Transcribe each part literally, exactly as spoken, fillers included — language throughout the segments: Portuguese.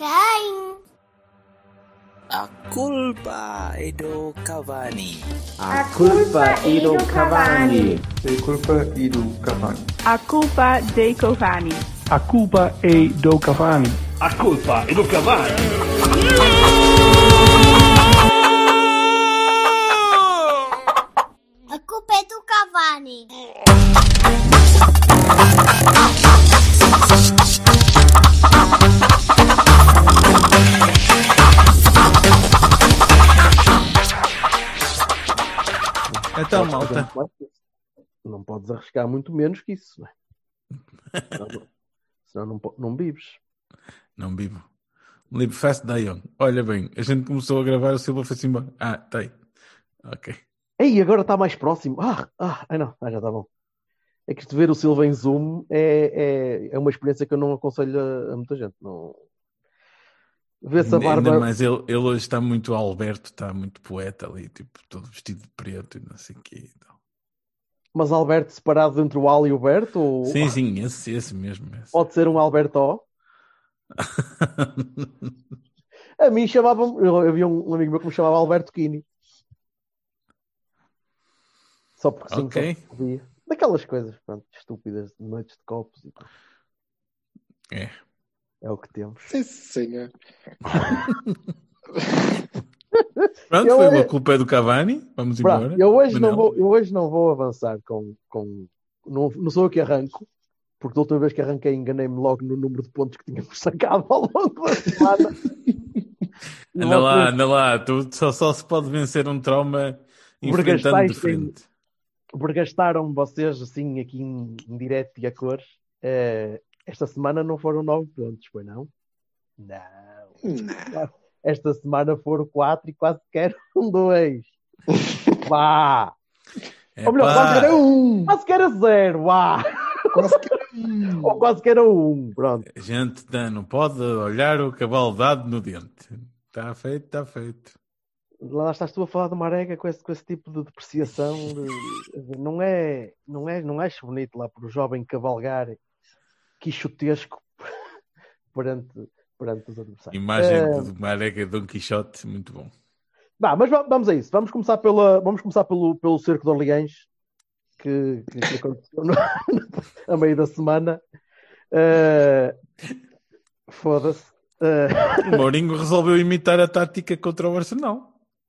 Quem? A culpa é do Cavani. A culpa é do Cavani. A culpa é do Cavani. A culpa dei Cavani. A culpa é do Cavani. A culpa é do Cavani. A culpa é do Cavani. Então, malta. Não podes arriscar muito menos que isso, não é? Senão, senão não, não bebes. Não bebo. Live fast, die young. Olha bem, a gente começou a gravar, o Silva foi-se embora. Ah, tá aí. Ok. Ei, agora está mais próximo. Ah, ah, ai não, ah, já está bom. É que isto ver o Silva em Zoom é, é, é uma experiência que eu não aconselho a, a muita gente. Não... Vê-se a barba... Ainda mais ele, ele hoje está muito Alberto, está muito poeta ali, tipo, todo vestido de preto e não sei o quê. Então. Mas Alberto separado entre o Al e o Berto? Ou... Sim, sim, esse, esse mesmo. Esse. Pode ser um Alberto. A mim chamava-me... Eu havia um amigo meu que me chamava Alberto Quini. Só porque sim, okay. Só podia. Daquelas coisas, pronto, estúpidas, de noites de copos e tal. É. É o que temos. Sim, senhor. Pronto, eu foi hoje... a culpa é do Cavani. Vamos Pronto, embora. Eu hoje, não vou, eu hoje não vou avançar com... com... Não, não sou eu que arranco, porque da última vez que arranquei enganei-me logo no número de pontos que tínhamos sacado ao longo da semana. Anda lá, anda lá. Tu, só, só se pode vencer um trauma enfrentando de frente. Bergastaram vocês assim aqui em, em direto e a cores. Uh, esta semana não foram nove pontos, foi não? Não. Não. Esta semana foram quatro e quase que era um dois. Vá! É Ou melhor, pá. quase era um. Quase que era zero, vá! Quase que era um. Ou quase que era um, pronto. A gente não pode olhar o cavalo dado no dente. Está feito, está feito. Lá estás tu a falar de Marega com esse, com esse tipo de depreciação. De, não, é, não, é, não acho bonito lá por o jovem cavalgar quixotesco perante, perante os adversários. Imagem é... de Marega Dom Quixote, muito bom. Bah, mas vamos a isso. Vamos começar, pela, vamos começar pelo, pelo Cerco de Orleans, que, que, que aconteceu no, a meio da semana. Uh, foda-se. Uh... O Mourinho resolveu imitar a tática contra o Arsenal.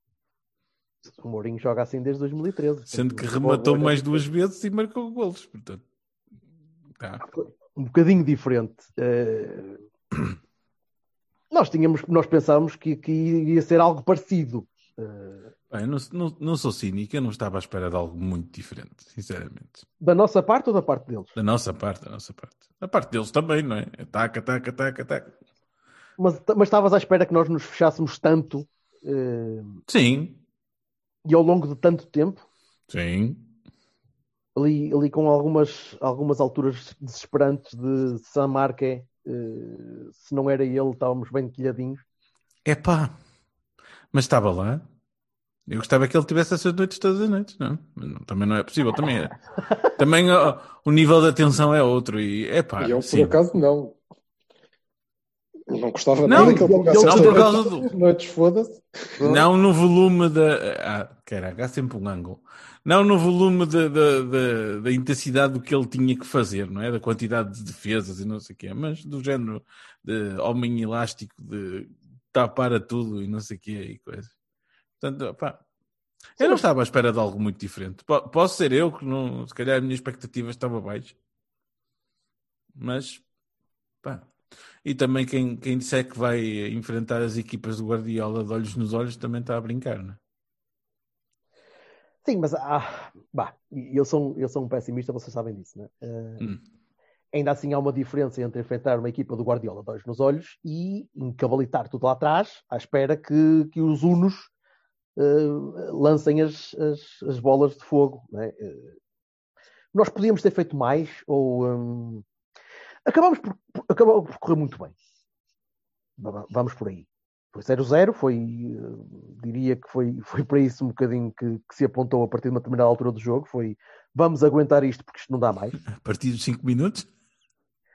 O Mourinho joga assim desde dois mil e treze. Sendo que rematou mais duas vezes e marcou golos. Portanto, tá. Um bocadinho diferente. Uh... Nós tínhamos, nós pensávamos que, que ia ser algo parecido. Uh... Bem, não, não, não sou cínico, eu não estava à espera de algo muito diferente, sinceramente. Da nossa parte ou da parte deles? Da nossa parte, da nossa parte. Da parte deles também, não é? Ataca, ataca, ataca, ataca. Mas, mas estavas à espera que nós nos fechássemos tanto? Uh... Sim. E ao longo de tanto tempo? Sim. Ali, ali com algumas, algumas alturas desesperantes de San Marque, uh, se não era ele, estávamos bem quilhadinhos. Epá, mas estava lá. Eu gostava que ele tivesse essas noites todas as noites, não? Mas também não é possível, também é. Também o, o nível de atenção é outro e epá. E eu, por sim. acaso, não. Eu não gostava não, nada que ele jogasse não, por causa do... noites, foda-se. Não no volume da... Ah, caraca, há sempre um ângulo. Não no volume da, da, da, da intensidade do que ele tinha que fazer, não é? Da quantidade de defesas e não sei o quê, mas do género de homem elástico, de tapar a tudo e não sei o quê e coisas. Portanto, pá, eu não estava à espera de algo muito diferente. P- posso ser eu que não, se calhar a minha expectativa estava baixa. Mas, pá... E também quem, quem disser que vai enfrentar as equipas do Guardiola de olhos nos olhos também está a brincar, não é? Sim, mas ah, bah, eu, sou, eu sou um pessimista, vocês sabem disso, não é? Uh, hum. Ainda assim há uma diferença entre enfrentar uma equipa do Guardiola de olhos nos olhos e encabalitar tudo lá atrás à espera que, que os unos uh, lancem as, as, as bolas de fogo, não é? Uh, nós podíamos ter feito mais ou... Um, Acabámos por, acabou por correr muito bem. Vamos por aí. Foi zero zero, foi, uh, diria que foi, foi para isso um bocadinho que, que se apontou a partir de uma determinada altura do jogo. Foi, vamos aguentar isto porque isto não dá mais. A partir dos cinco minutos?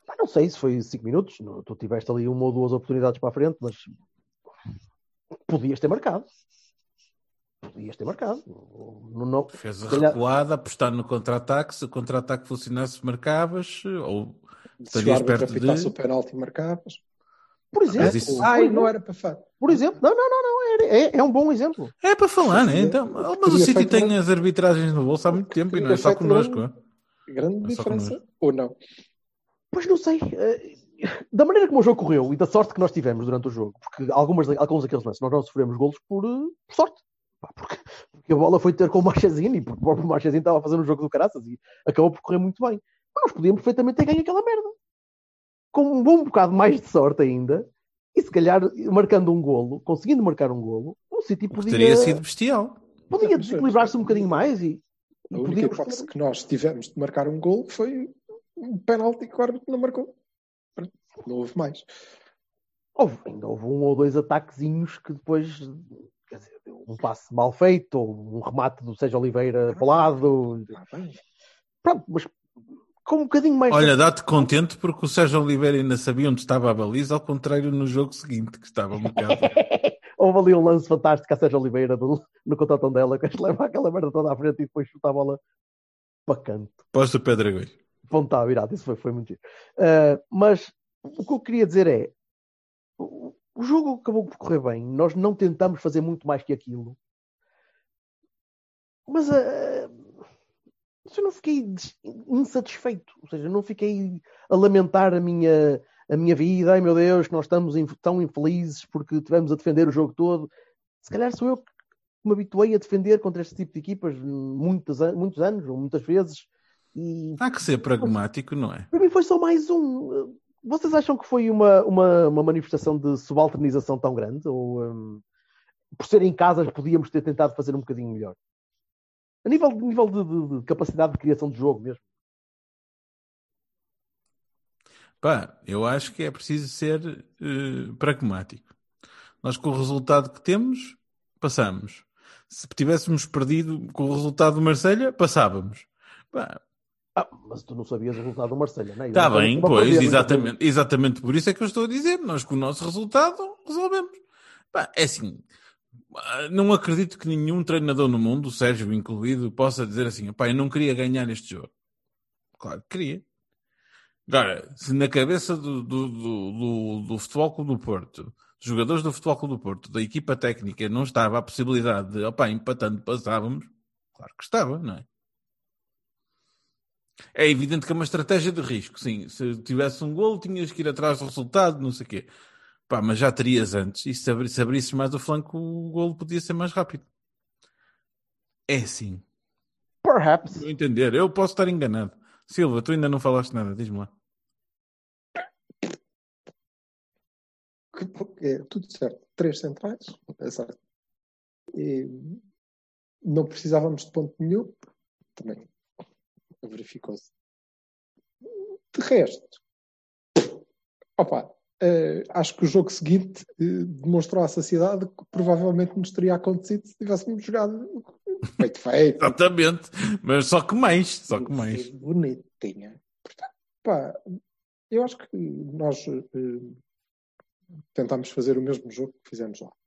Ah, não sei se foi cinco minutos. Tu tiveste ali uma ou duas oportunidades para a frente, mas podias ter marcado. Podias ter marcado. Não, não... Fez a calhar... recuada, apostar no contra-ataque. Se o contra-ataque funcionasse, marcavas. Ou se estarias o árbitro perto apitasse de... o penalti, marcavas. Por exemplo. Isso... Ai, por exemplo, não era para fazer. Por exemplo. Não, não, não. não. É, é um bom exemplo. É para falar, né? Então, mas o City tem grande... as arbitragens no bolso há muito tempo e não é só connosco. Grande, grande é diferença, connosco. Ou não? Pois não sei. Da maneira como o jogo correu e da sorte que nós tivemos durante o jogo, porque algumas, alguns daqueles lances nós não sofremos golos por, por sorte. Porque, porque a bola foi ter com o Marchesini, porque o próprio Marchesini estava a fazer um jogo do caraças e acabou por correr muito bem. Mas nós podíamos perfeitamente ter ganho aquela merda. Com um bom bocado mais de sorte ainda, e se calhar marcando um golo, conseguindo marcar um golo, o City podia... Teria sido bestial. Podia desequilibrar-se um bocadinho mais e... A única hipótese que nós tivemos de marcar um golo foi um penalti que o árbitro não marcou. Não houve mais. Houve, ainda houve um ou dois ataquezinhos que depois... Quer dizer, um passe mal feito, ou um remate do Sérgio Oliveira para o lado. Pronto, mas com um bocadinho mais... Olha, dá-te contente porque o Sérgio Oliveira ainda sabia onde estava a baliza, ao contrário no jogo seguinte, que estava um bocado... Houve ali um lance fantástico a Sérgio Oliveira do, no contatão dela, que leva aquela merda toda à frente e depois chuta a bola para canto. Posto o pé dragões. Ponta virado, isso foi, foi muito giro. Uh, mas o que eu queria dizer é... O jogo acabou por correr bem. Nós não tentamos fazer muito mais que aquilo. Mas uh, eu não fiquei insatisfeito. Ou seja, não fiquei a lamentar a minha, a minha vida. Ai meu Deus, que nós estamos tão infelizes porque tivemos a defender o jogo todo. Se calhar sou eu que me habituei a defender contra este tipo de equipas muitos, muitos anos, ou muitas vezes. E... Há que ser pragmático, não é? Para mim foi só mais um... Vocês acham que foi uma, uma, uma manifestação de subalternização tão grande? Ou um, por ser em casa podíamos ter tentado fazer um bocadinho melhor? A nível, nível de, de, de capacidade de criação de jogo mesmo. Pá, eu acho que é preciso ser uh, pragmático. Nós com o resultado que temos, passamos. Se tivéssemos perdido com o resultado do Marselha, passávamos. Pá, Ah, mas tu não sabias o resultado do Marselha, não é? Está bem, pois, exatamente, exatamente por isso é que eu estou a dizer. Nós com o nosso resultado resolvemos. Pá, é assim, não acredito que nenhum treinador no mundo, o Sérgio incluído, possa dizer assim, pá, eu não queria ganhar este jogo. Claro que queria. Agora, se na cabeça do, do, do, do, do Futebol Clube do Porto, dos jogadores do Futebol Clube do Porto, da equipa técnica, não estava a possibilidade de, opá, empatando passávamos, claro que estava, não é? É evidente que é uma estratégia de risco, sim. Se tivesse um golo, tinhas que ir atrás do resultado, não sei o quê. Pá, mas já terias antes. E se, abri- se abrisses mais o flanco, o golo podia ser mais rápido. É sim. Perhaps. Vou entender. Eu posso estar enganado. Silva, tu ainda não falaste nada. Diz-me lá. É tudo certo. Três centrais. É certo. E não precisávamos de ponto nenhum. Também verificou-se. De resto, opa, uh, acho que o jogo seguinte uh, demonstrou à sociedade que provavelmente nos teria acontecido se tivéssemos jogado feito feito. Exatamente. Mas só que mais. Só que mais. Bonitinha. Portanto, pá, eu acho que nós uh, tentámos fazer o mesmo jogo que fizemos lá.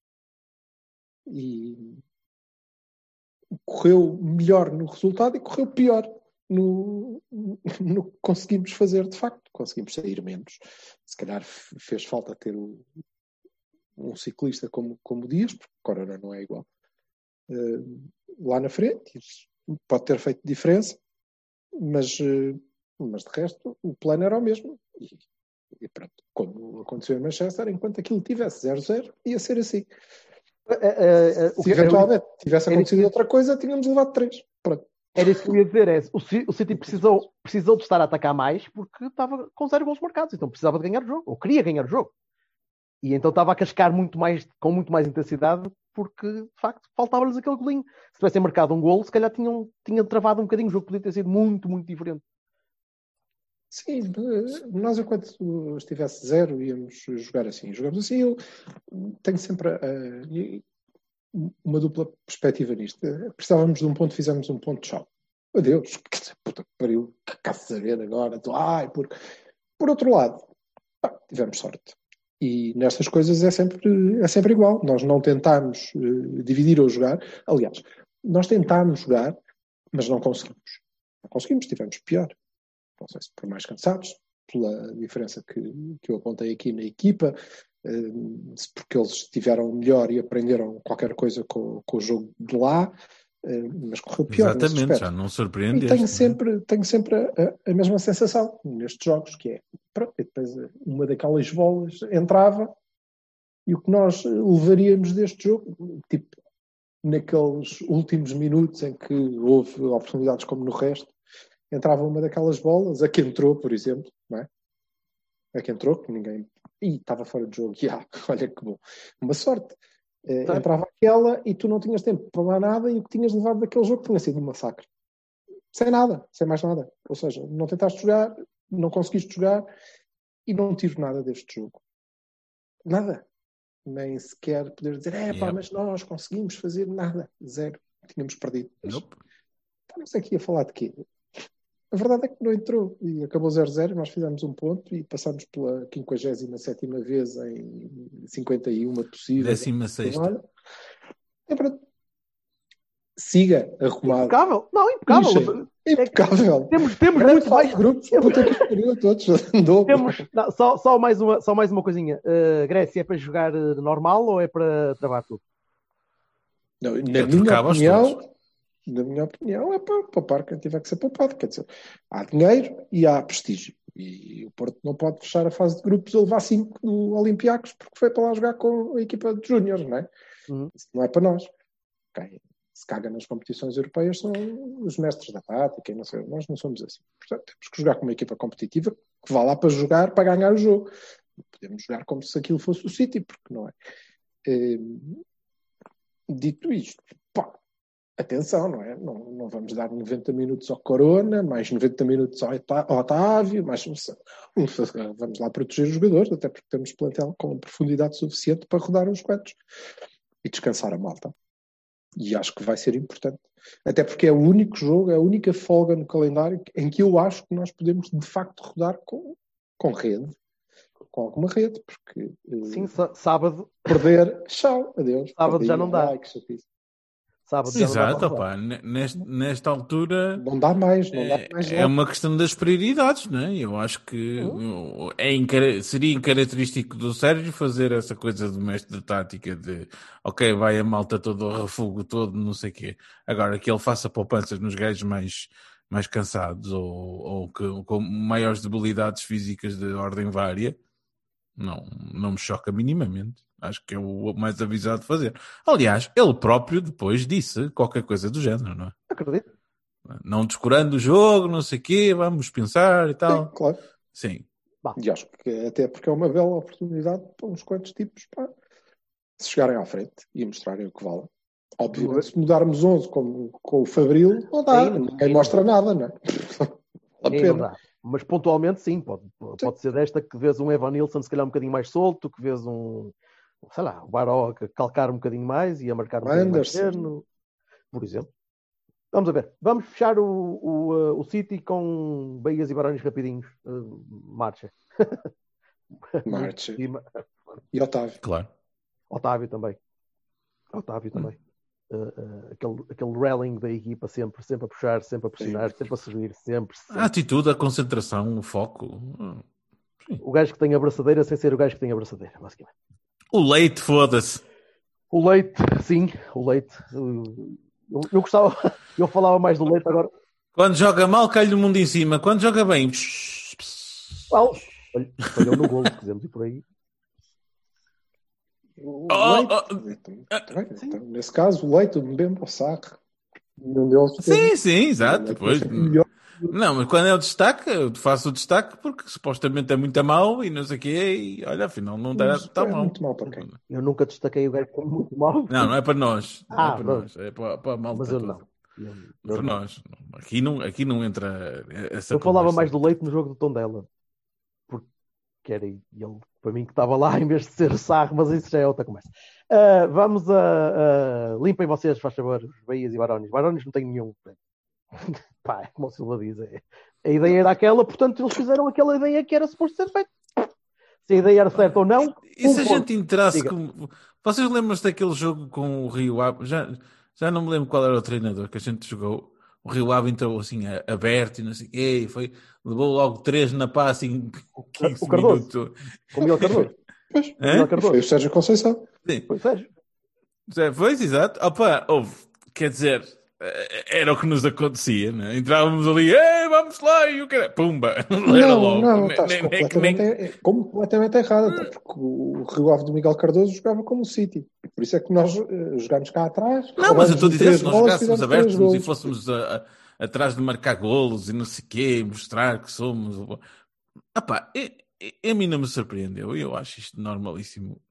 E correu melhor no resultado e correu pior no, no que conseguimos fazer de facto. Conseguimos sair menos. Se calhar fez falta ter o, um ciclista como, como Dias, porque o Corona não é igual. Uh, lá na frente, isso pode ter feito diferença, mas, uh, mas de resto o plano era o mesmo. E, e pronto, como aconteceu em Manchester, enquanto aquilo tivesse zero zero, ia ser assim. Uh, uh, uh, Se eventualmente tivesse acontecido outra coisa, tínhamos levado três. Pronto. Era isso que eu ia dizer. É, o, o City precisou, precisou de estar a atacar mais porque estava com zero gols marcados. Então precisava de ganhar o jogo. Ou queria ganhar o jogo. E então estava a cascar muito mais, com muito mais intensidade porque, de facto, faltava-lhes aquele golinho. Se tivessem marcado um golo, se calhar tinham, tinham travado um bocadinho. O jogo podia ter sido muito, muito diferente. Sim, nós enquanto estivesse zero íamos jogar assim. Jogamos assim. Eu tenho sempre uh, uma dupla perspectiva nisto. Precisávamos de um ponto, fizemos um ponto, tchau. Adeus. Puta que pariu. Que caça saber agora. Ai, porque... Por outro lado, pá, tivemos sorte. E nestas coisas é sempre, é sempre igual. Nós não tentámos uh, dividir ou jogar. Aliás, nós tentámos jogar, mas não conseguimos. Não conseguimos, tivemos pior. Não sei se por mais cansados, pela diferença que, que eu apontei aqui na equipa, uh, se porque eles estiveram melhor e aprenderam qualquer coisa com, com o jogo de lá, uh, mas correu pior. Exatamente, já não surpreendeste. E tenho sempre, tenho sempre a, a mesma sensação nestes jogos, que é, pronto, e depois uma daquelas bolas entrava e o que nós levaríamos deste jogo, tipo, naqueles últimos minutos em que houve oportunidades como no resto, entrava uma daquelas bolas, a que entrou, por exemplo, não é? A que entrou, que ninguém... Ih, estava fora de jogo, já, olha que bom. Uma sorte. Eh, entrava aquela e tu não tinhas tempo para mais nada e o que tinhas levado daquele jogo tinha sido um massacre. Sem nada, sem mais nada. Ou seja, não tentaste jogar, não conseguiste jogar e não tiro nada deste jogo. Nada. Nem sequer poder dizer, é pá, Yep. mas nós conseguimos fazer nada. Zero. Tínhamos perdido. Mas Nope. estamos aqui a falar de quê? A verdade é que não entrou e acabou zero zero, nós fizemos um ponto e passamos pela quinquagésima sétima vez em cinquenta e uma possíveis. Décima sexta. É para... Siga arrumado. Impecável. Não, impecável. Impecável. Temos, temos Grande muito mais. grupos, puta que pariu, todos. Andou. Temos, não, só, só, mais uma, só mais uma coisinha. Uh, Grécia, é para jogar uh, normal ou é para travar tudo? Não, na Eu minha trocava-os opinião, todos. na minha opinião, é para poupar quem tiver que ser poupado. Quer dizer, há dinheiro e há prestígio. E o Porto não pode fechar a fase de grupos a levar cinco do Olympiacos porque foi para lá jogar com a equipa de júniores, não é? Uhum. Isso não é para nós. Quem se caga nas competições europeias são os mestres da tática e não sei, nós não somos assim. Portanto, temos que jogar com uma equipa competitiva que vá lá para jogar, para ganhar o jogo. Podemos jogar como se aquilo fosse o City, porque não é. é dito isto, pá, atenção, não é? Não, não vamos dar noventa minutos ao Corona, mais noventa minutos ao Otávio, mais vamos lá proteger os jogadores, até porque temos plantel com profundidade suficiente para rodar uns quantos e descansar a malta. E acho que vai ser importante. Até porque é o único jogo, é a única folga no calendário em que eu acho que nós podemos de facto rodar com, com rede, com alguma rede, porque Sim, uh, sábado perder, tchau, adeus. Sábado perdi, já não dá. Ai, Sábado já Exato, não dá opa, nesta, nesta altura não dá mais, não dá mais. é, é uma questão das prioridades, não é? Eu acho que uhum. é incar- seria incaracterístico do Sérgio fazer essa coisa do mestre de tática de ok, vai a malta todo ao refugo todo, não sei o quê. Agora que ele faça poupanças nos gajos mais, mais cansados ou, ou que, com maiores debilidades físicas de ordem vária, não, não me choca minimamente. Acho que é o mais avisado de fazer. Aliás, ele próprio depois disse qualquer coisa do género, não é? Acredito. Não descurando o jogo, não sei o quê, vamos pensar e tal. Sim, claro. Sim. E acho que até porque é uma bela oportunidade para uns quantos tipos para se chegarem à frente e mostrarem o que vale. Obviamente, se mudarmos onze como com o Fabril, não dá. Sim, ninguém mostra nada, não é? A pena. Não dá. Mas pontualmente sim, pode, pode sim. ser desta que vês um Evan Nilsson se calhar um bocadinho mais solto, que vês um, sei lá, o Baroca calcar um bocadinho mais e a marcar um bocadinho mais terno, por exemplo. Vamos a ver. Vamos fechar o, o, o City com Bahias e Barões rapidinhos. Uh, marcha. Marcha. E Otávio. Claro. Otávio também. Otávio também. Hum. Uh, uh, aquele, aquele rallying da equipa sempre, sempre a puxar, sempre a pressionar, Sim. sempre a subir, sempre, sempre. A atitude, a concentração, o foco. Sim. O gajo que tem a abraçadeira sem ser o gajo que tem a abraçadeira, basicamente. O Leite, foda-se. O Leite, sim, o Leite. Eu, eu gostava, eu falava mais do Leite agora. Quando joga mal, cai-lhe o mundo em cima. Quando joga bem... Well, falhou no golo, fizemos e por aí. O oh, Leite, oh, oh, então, nesse caso, o Leite, o Mbemba, o Sarre. Sim, sim, exato. Depois, não, mas quando é o destaque, eu faço o destaque porque supostamente é muito mau e não sei o quê, e olha, afinal não está tão é mal. Muito mal para quem? Eu nunca destaquei o gajo como muito mau. Não, não é para nós. Não ah, é para não. nós. É para, para a malta. Mas eu toda. não. Eu, eu para não. nós. Aqui não, aqui não entra essa Eu falava conversa. mais do Leite no jogo do Tondela. Que era ele, para mim, que estava lá em vez de ser o Sarro, mas isso já é outra conversa. Uh, vamos a. Uh, limpem vocês, faz favor, os Bahias e Barões. Barões não tem nenhum. Pá, como o Silva diz, é, A ideia era aquela, portanto, eles fizeram aquela ideia que era suposto ser feita. Se a ideia era certa ou não. E um se a ponto. gente entrasse Diga. com... Vocês lembram-se daquele jogo com o Rio Ave? Já, já não me lembro qual era o treinador que a gente jogou. O Rio Ave entrou assim aberto e não sei o quê. Foi, levou logo três na pá em quinze O Cardoso. minutos. Com o Miguel Cardoso. Pois, O Miguel e Cardoso. foi o Sérgio Conceição. Sim. Foi Sérgio. Pois, exato. Opa, houve. Quer dizer, era o que nos acontecia, né? Entrávamos ali, ei, vamos lá, e o que era? Pumba! Não era Não, logo. não, Nem- estás nem- nem- completamente, nem- é- completamente errado, até porque o Rio Ave do Miguel Cardoso jogava como o City. Por isso é que nós eh, jogámos cá atrás. Não, mas eu roubámos estou a dizer, três se nós bolas, jogássemos fizemos abertos três e golos. fôssemos a- a- atrás de marcar golos e não sei o quê, mostrar que somos. Ah pá, e- e- a mim não me surpreendeu. Eu acho isto normalíssimo.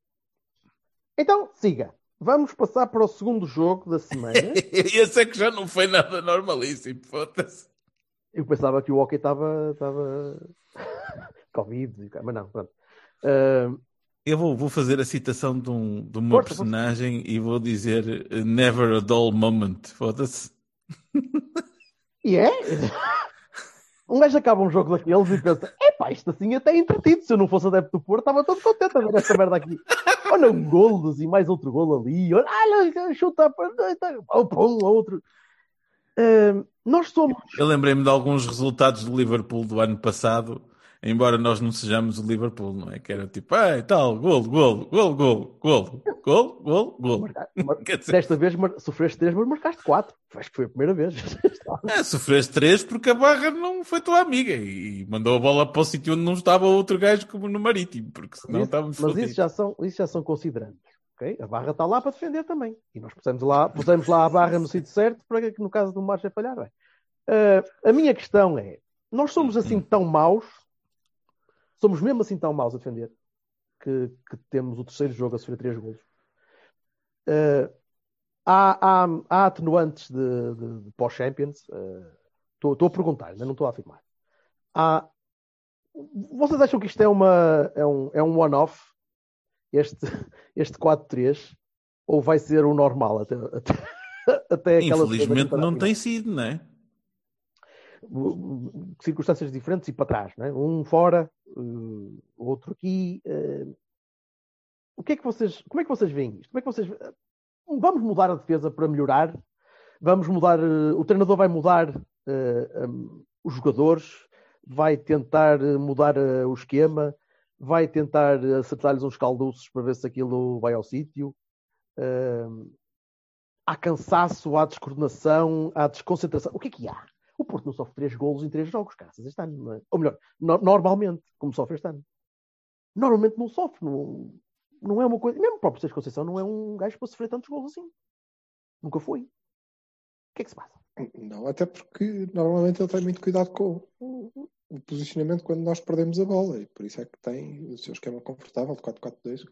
Então, siga. Vamos passar para o segundo jogo da semana. Esse é que já não foi nada normalíssimo. Foda-se. Eu pensava que o hockey estava... estava... Covid, mas não, pronto. Uh, Eu vou, vou fazer a citação de, um, de uma Força, personagem e vou dizer uh, never a dull moment. Foda-se. E é? Um gajo acaba um jogo daqueles e pensa: epá, isto assim até é entretido. Se eu não fosse adepto do Porto, estava todo contente a ver esta merda aqui. Olha um golo e mais outro golo ali. Olha, chuta, oh, pum, outro. Uh, nós somos. Eu lembrei-me de alguns resultados do Liverpool do ano passado, embora nós não sejamos o Liverpool, não é? Que era tipo, ah, tal, golo, golo, golo, golo, golo, golo, golo, golo. Quer dizer, Desta vez mar... sofreste três, mas marcaste quatro. Acho que foi a primeira vez. é, sofreste três porque a barra não foi tua amiga e mandou a bola para o sítio onde não estava outro gajo como no Marítimo, porque senão Isso- estávamos mas fodidos. isso já, são, isso já são considerantes. Okay? A barra está lá para defender também. E nós pusemos lá, pusemos lá a barra no sítio certo para que no caso do Marcha falhar. Bem. Uh, a minha questão é: nós somos assim tão maus, somos mesmo assim tão maus a defender, que, que temos o terceiro jogo a sofrer três golos. Uh, há, há, há atenuantes de, de, de pós-Champions. Estou uh, a perguntar, ainda não estou a afirmar. Há... Vocês acham que isto é, uma, é um, é um one-off? Este, este quatro três? Ou vai ser o normal até, até, até aquela Infelizmente não tem sido, não é? circunstâncias diferentes e para trás, não é? Um fora, uh, outro aqui. Uh, o que é que vocês, como é que vocês veem isto? Como é que vocês vamos mudar a defesa para melhorar? Vamos mudar, uh, o treinador vai mudar uh, um, os jogadores, vai tentar mudar uh, o esquema, vai tentar acertar-lhes uns calduços para ver se aquilo vai ao sítio. Uh, há cansaço, há descoordenação, há desconcentração. O que é que há? O Porto não sofre três golos em três jogos, caras, este ano. Não é? Ou melhor, no- normalmente, como sofre este ano. Normalmente não sofre. Não, não é uma coisa... Mesmo o próprio Sérgio Conceição não é um gajo para sofrer tantos golos assim. Nunca foi. O que é que se passa? Não, até porque normalmente ele tem muito cuidado com o, o posicionamento quando nós perdemos a bola. E por isso é que tem o seu esquema confortável de quatro quatro dois,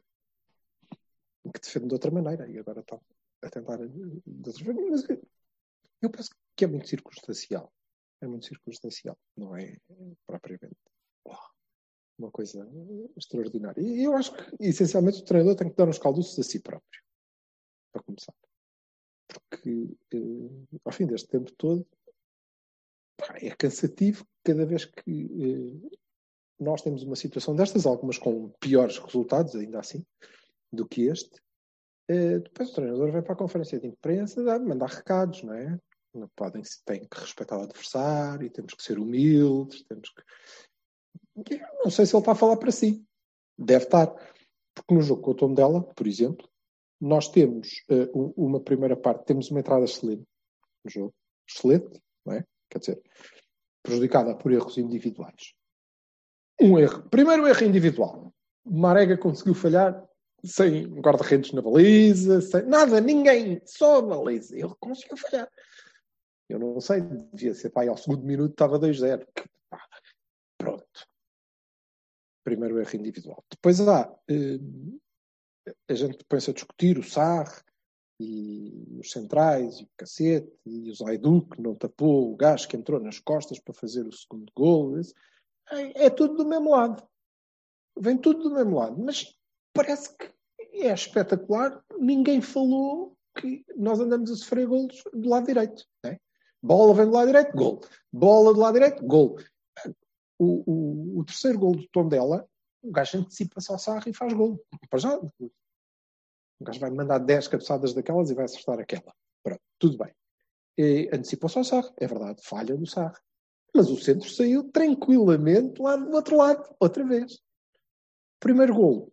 que defende de outra maneira. E agora está a tentar de outra maneira. Mas eu, eu penso que é muito circunstancial. É muito circunstancial. Não é propriamente uma coisa extraordinária. E eu acho que, essencialmente, o treinador tem que dar uns calduços a si próprio. Para começar. Porque, eh, ao fim deste tempo todo, pá, é cansativo cada vez que eh, nós temos uma situação destas, algumas com piores resultados, ainda assim, do que este. Eh, depois o treinador vem para a conferência de imprensa, dá, mandar recados, não é? Não podem, tem que respeitar o adversário, e temos que ser humildes, temos que... Eu não sei se ele está a falar para si. Deve estar. Porque no jogo com o Tondela, por exemplo, nós temos uh, uma primeira parte, temos uma entrada excelente no jogo. Excelente, não é? Quer dizer, prejudicada por erros individuais. Um erro. Primeiro erro individual. Marega conseguiu falhar sem guarda-redes na baliza, sem nada, ninguém, só a baliza. Ele conseguiu falhar. Eu não sei, devia ser, pá, ao segundo minuto estava dois zero. Pronto. Primeiro erro individual. Depois há... Uh, a gente põe-se a discutir o Sarre e os centrais e o cacete e o Zaidu que não tapou o gajo que entrou nas costas para fazer o segundo gol. É, é tudo do mesmo lado. Vem tudo do mesmo lado. Mas parece que é espetacular. Ninguém falou que nós andamos a sofrer golos do lado direito. Não é? Bola vem do lado direito, gol. Bola do lado direito, gol. O, o, o terceiro gol do Tondela, o gajo antecipa-se ao Sarra e faz gol. Para já, o gajo vai mandar dez cabeçadas daquelas e vai acertar aquela. Pronto, tudo bem. E antecipa-se ao Sarra, é verdade, falha do Sarra. Mas o centro saiu tranquilamente lá do outro lado, outra vez. Primeiro gol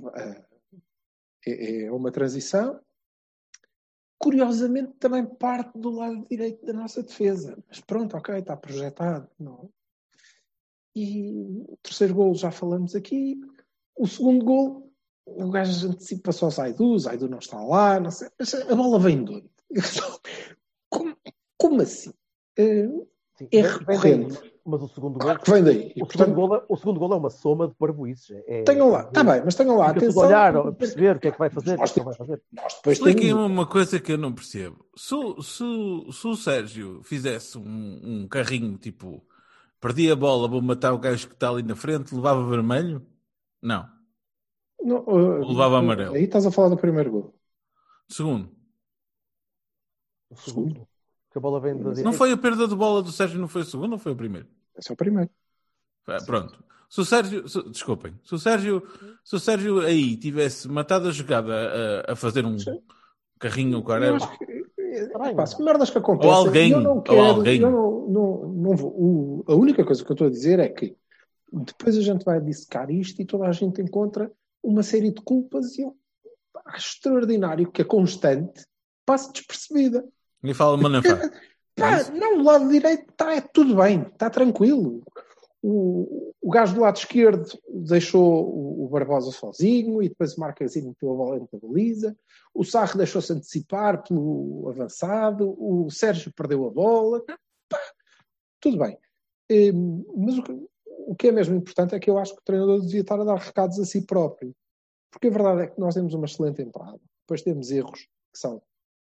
é, é uma transição. Curiosamente também parte do lado direito da nossa defesa. Mas pronto, ok, está projetado. Não. E o terceiro gol já falamos aqui. O segundo gol, o gajo antecipa só o Zaidu, o Zaidu não está lá, não sei. Mas a bola vem de onde? Como, como assim? Uh, Sim, é vem, recorrente. vem daí, mas o segundo Claro gol, que vem daí. o, E, portanto, segundo gol é, o segundo gol é uma soma de parvoíces. É, tenham lá, está bem, mas tenham lá. Fica tudo Atenção. a olhar, a perceber o que é que vai fazer, o que é Nós que não vai fazer. Nós depois Expliquem-me temos... uma coisa que eu não percebo. Se, o- se, o- se o Sérgio fizesse um, um carrinho, tipo, perdia a bola, vou matar o gajo que está ali na frente, levava vermelho? Não. Não, uh, Ou levava uh, amarelo? Aí estás a falar do primeiro gol. Segundo. O segundo. Que a bola vem da Não direita. foi a perda de bola do Sérgio, não foi o segundo ou foi o primeiro? Esse é o primeiro. Ah, pronto. Se o Sérgio, se- desculpem, se o Sérgio, se o Sérgio aí tivesse matado a jogada a, a fazer um Sim. carrinho, Eu cara, acho que, é, Tá bem. pá, são merdas que acontecem. Ou alguém, e eu não ou quero, alguém. eu não, não, não vou. O, a única coisa que eu estou a dizer é que depois a gente vai dissecar isto e toda a gente encontra uma série de culpas e eu acho extraordinário que a constante passe despercebida. e fala Manafá. Pá, não, do lado direito está é tudo bem, está tranquilo. O, o gajo do lado esquerdo deixou o, o Barbosa sozinho e depois o Marquezinho meteu a bola dentro da baliza. O Sarro deixou-se antecipar pelo avançado. O Sérgio perdeu a bola. Pá, tudo bem. Hum, mas o que, o que é mesmo importante é que eu acho que o treinador devia estar a dar recados a si próprio. Porque a verdade é que nós temos uma excelente entrada. Depois temos erros que são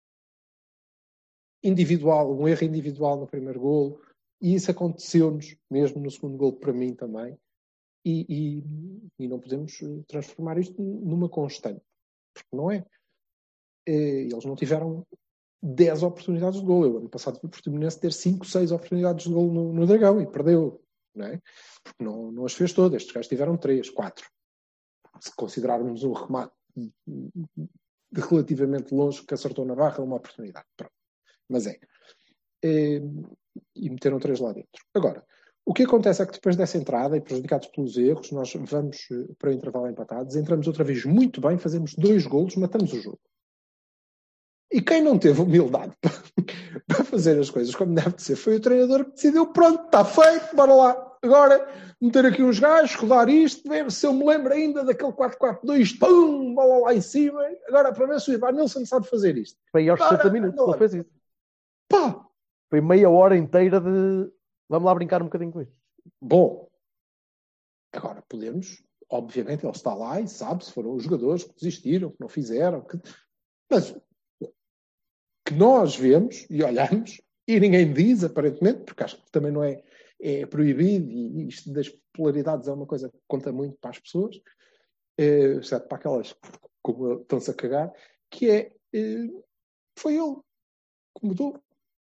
individual, um erro individual no primeiro golo. E isso aconteceu-nos mesmo no segundo golo para mim também. E, e, e não podemos transformar isto numa constante. Porque não é. Eles não tiveram dez oportunidades de golo. Eu, ano passado, fui Portimonense ter cinco, seis oportunidades de golo no, no Dragão e perdeu. Não é? Porque não, não as fez todas. Estes gajos tiveram três, quatro. Se considerarmos um remate de relativamente longe que acertou na barra, uma oportunidade. Pronto. Mas é. é e meteram três lá dentro. Agora, o que acontece é que depois dessa entrada, e prejudicados pelos erros, nós vamos para o intervalo empatados, entramos outra vez muito bem, fazemos dois golos, matamos o jogo. E quem não teve humildade para, para fazer as coisas como deve de ser foi o treinador que decidiu, pronto, está feito, bora lá. Agora, meter aqui uns gajos, rodar isto, ver se eu me lembro ainda daquele quatro quatro dois, pum, bola lá em cima. Agora, para ver se o Ivan Nilsson sabe fazer isto. Foi aos Agora, sessenta minutos que ele fez isso. Pá! Foi meia hora inteira de... Vamos lá brincar um bocadinho com isto. Bom, agora podemos, obviamente ele está lá e sabe se foram os jogadores que desistiram, que não fizeram, que... mas que nós vemos e olhamos e ninguém diz, aparentemente, porque acho que também não é, é proibido e isto das popularidades é uma coisa que conta muito para as pessoas, é, exceto para aquelas como estão-se a cagar, que é, é foi ele que mudou.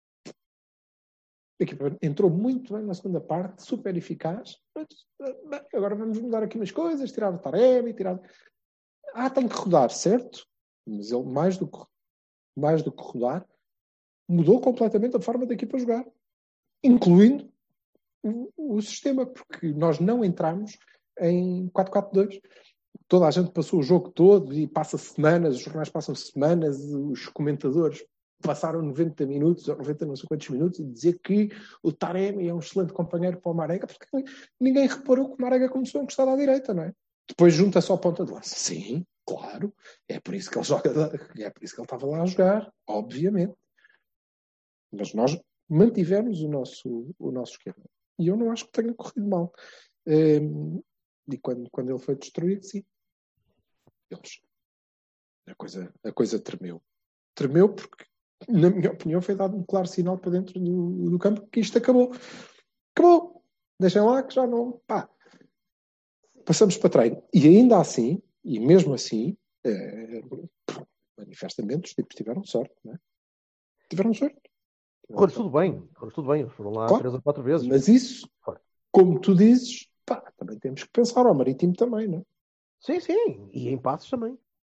A equipa entrou muito bem na segunda parte, super eficaz. Mas, bem, agora vamos mudar aqui umas coisas, tirar o Taremi, tirar... Ah, tem que rodar, certo? Mas ele, mais do que, mais do que rodar, mudou completamente a forma da equipa jogar. Incluindo o, o sistema, porque nós não entramos em quatro quatro dois. Toda a gente passou o jogo todo e passa semanas, os jornais passam semanas, os comentadores passaram noventa minutos ou noventa não sei quantos minutos e dizer que o Taremi é um excelente companheiro para o Marega, porque ninguém reparou que o Marega começou a encostar à direita, não é? Depois junta-se ao ponta de lança. Sim, claro. É por isso que ele joga, é por isso que ele estava lá a jogar, obviamente. Mas nós mantivemos o nosso, o nosso esquema. E eu não acho que tenha corrido mal. Um, e quando, quando ele foi destruído, sim. Eles, a coisa, a coisa tremeu. Tremeu porque, na minha opinião, foi dado um claro sinal para dentro do, do campo que isto acabou. Acabou. Deixem lá que já não... Pá. Passamos para treino. E ainda assim, e mesmo assim, é, manifestamente os tipos tiveram sorte, não é? Tiveram sorte. Correu tudo bem, correu tudo bem. Eles foram lá Claro. três ou quatro vezes. Mas isso, Claro. como tu dizes, pá, também temos que pensar ao Marítimo também, não é? Sim, sim. E em passos também.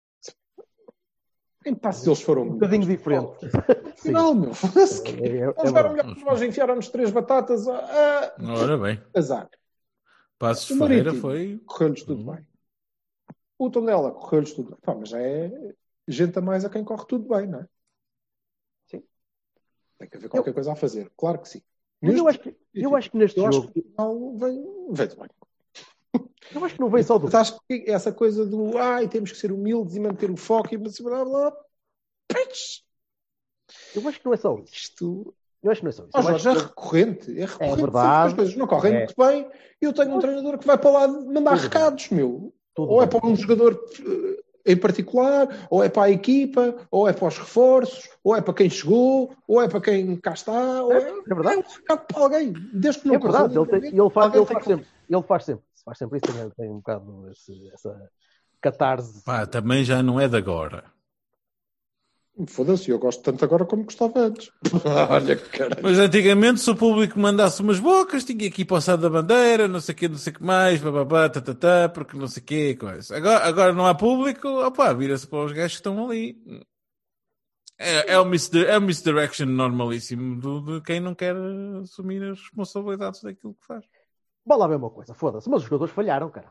Em passos eles foram Um bocadinho diferente. Sim. Final, meu. Foda-se que- É, é, é Eles jogaram verdade. melhor que nós, enfiaram-nos três batatas. Ah, Ora bem, azar. Passos O Ferreira Marítimo foi. correu-lhes tudo Hum. bem. O Tondela correu-lhes tudo bem. Pá, mas já é gente a mais a quem corre tudo bem, não é? Sim. Tem que haver qualquer coisa a fazer. Claro que sim. Mas eu Neste- acho que, eu acho que neste eu acho jogo, que o final vem, vem bem. eu acho que não vem só do. Mas acho que essa coisa do ai, temos que ser humildes e manter o foco e blá blá blá. Putz, Eu acho que não é só isso. isto. Eu acho que não é só isso. Oh, Eu acho Jorge, é que- recorrente. É recorrente. verdade. As coisas não correm É. muito bem. Eu tenho um treinador que vai para lá mandar Tudo recados, meu. Tudo Ou é bem. para um jogador eh, em particular, ou é para a equipa, ou é para os reforços, ou é para quem chegou, ou é para quem cá está. Ou é, É verdade. é um recado para alguém. Desde que não É verdade, corra, ele, tem- ele faz, alguém ele tem faz que- sempre. Ele faz sempre. Faz sempre isso, tem, tem um bocado esse- essa catarse. Pá, também já não é de agora. Foda-se, eu gosto tanto agora como gostava antes. Olha que caralho. Mas antigamente, se o público mandasse umas bocas, tinha aqui passado da bandeira, não sei o que, não sei o que mais, bababá, tatatá, porque não sei o que, coisa. Agora, agora não há público, opá, vira-se para os gajos que estão ali. É, é, o, misdir, é o misdirection normalíssimo do, de quem não quer assumir as responsabilidades daquilo que faz. Vá lá ver uma coisa, foda-se. Mas os jogadores falharam, cara.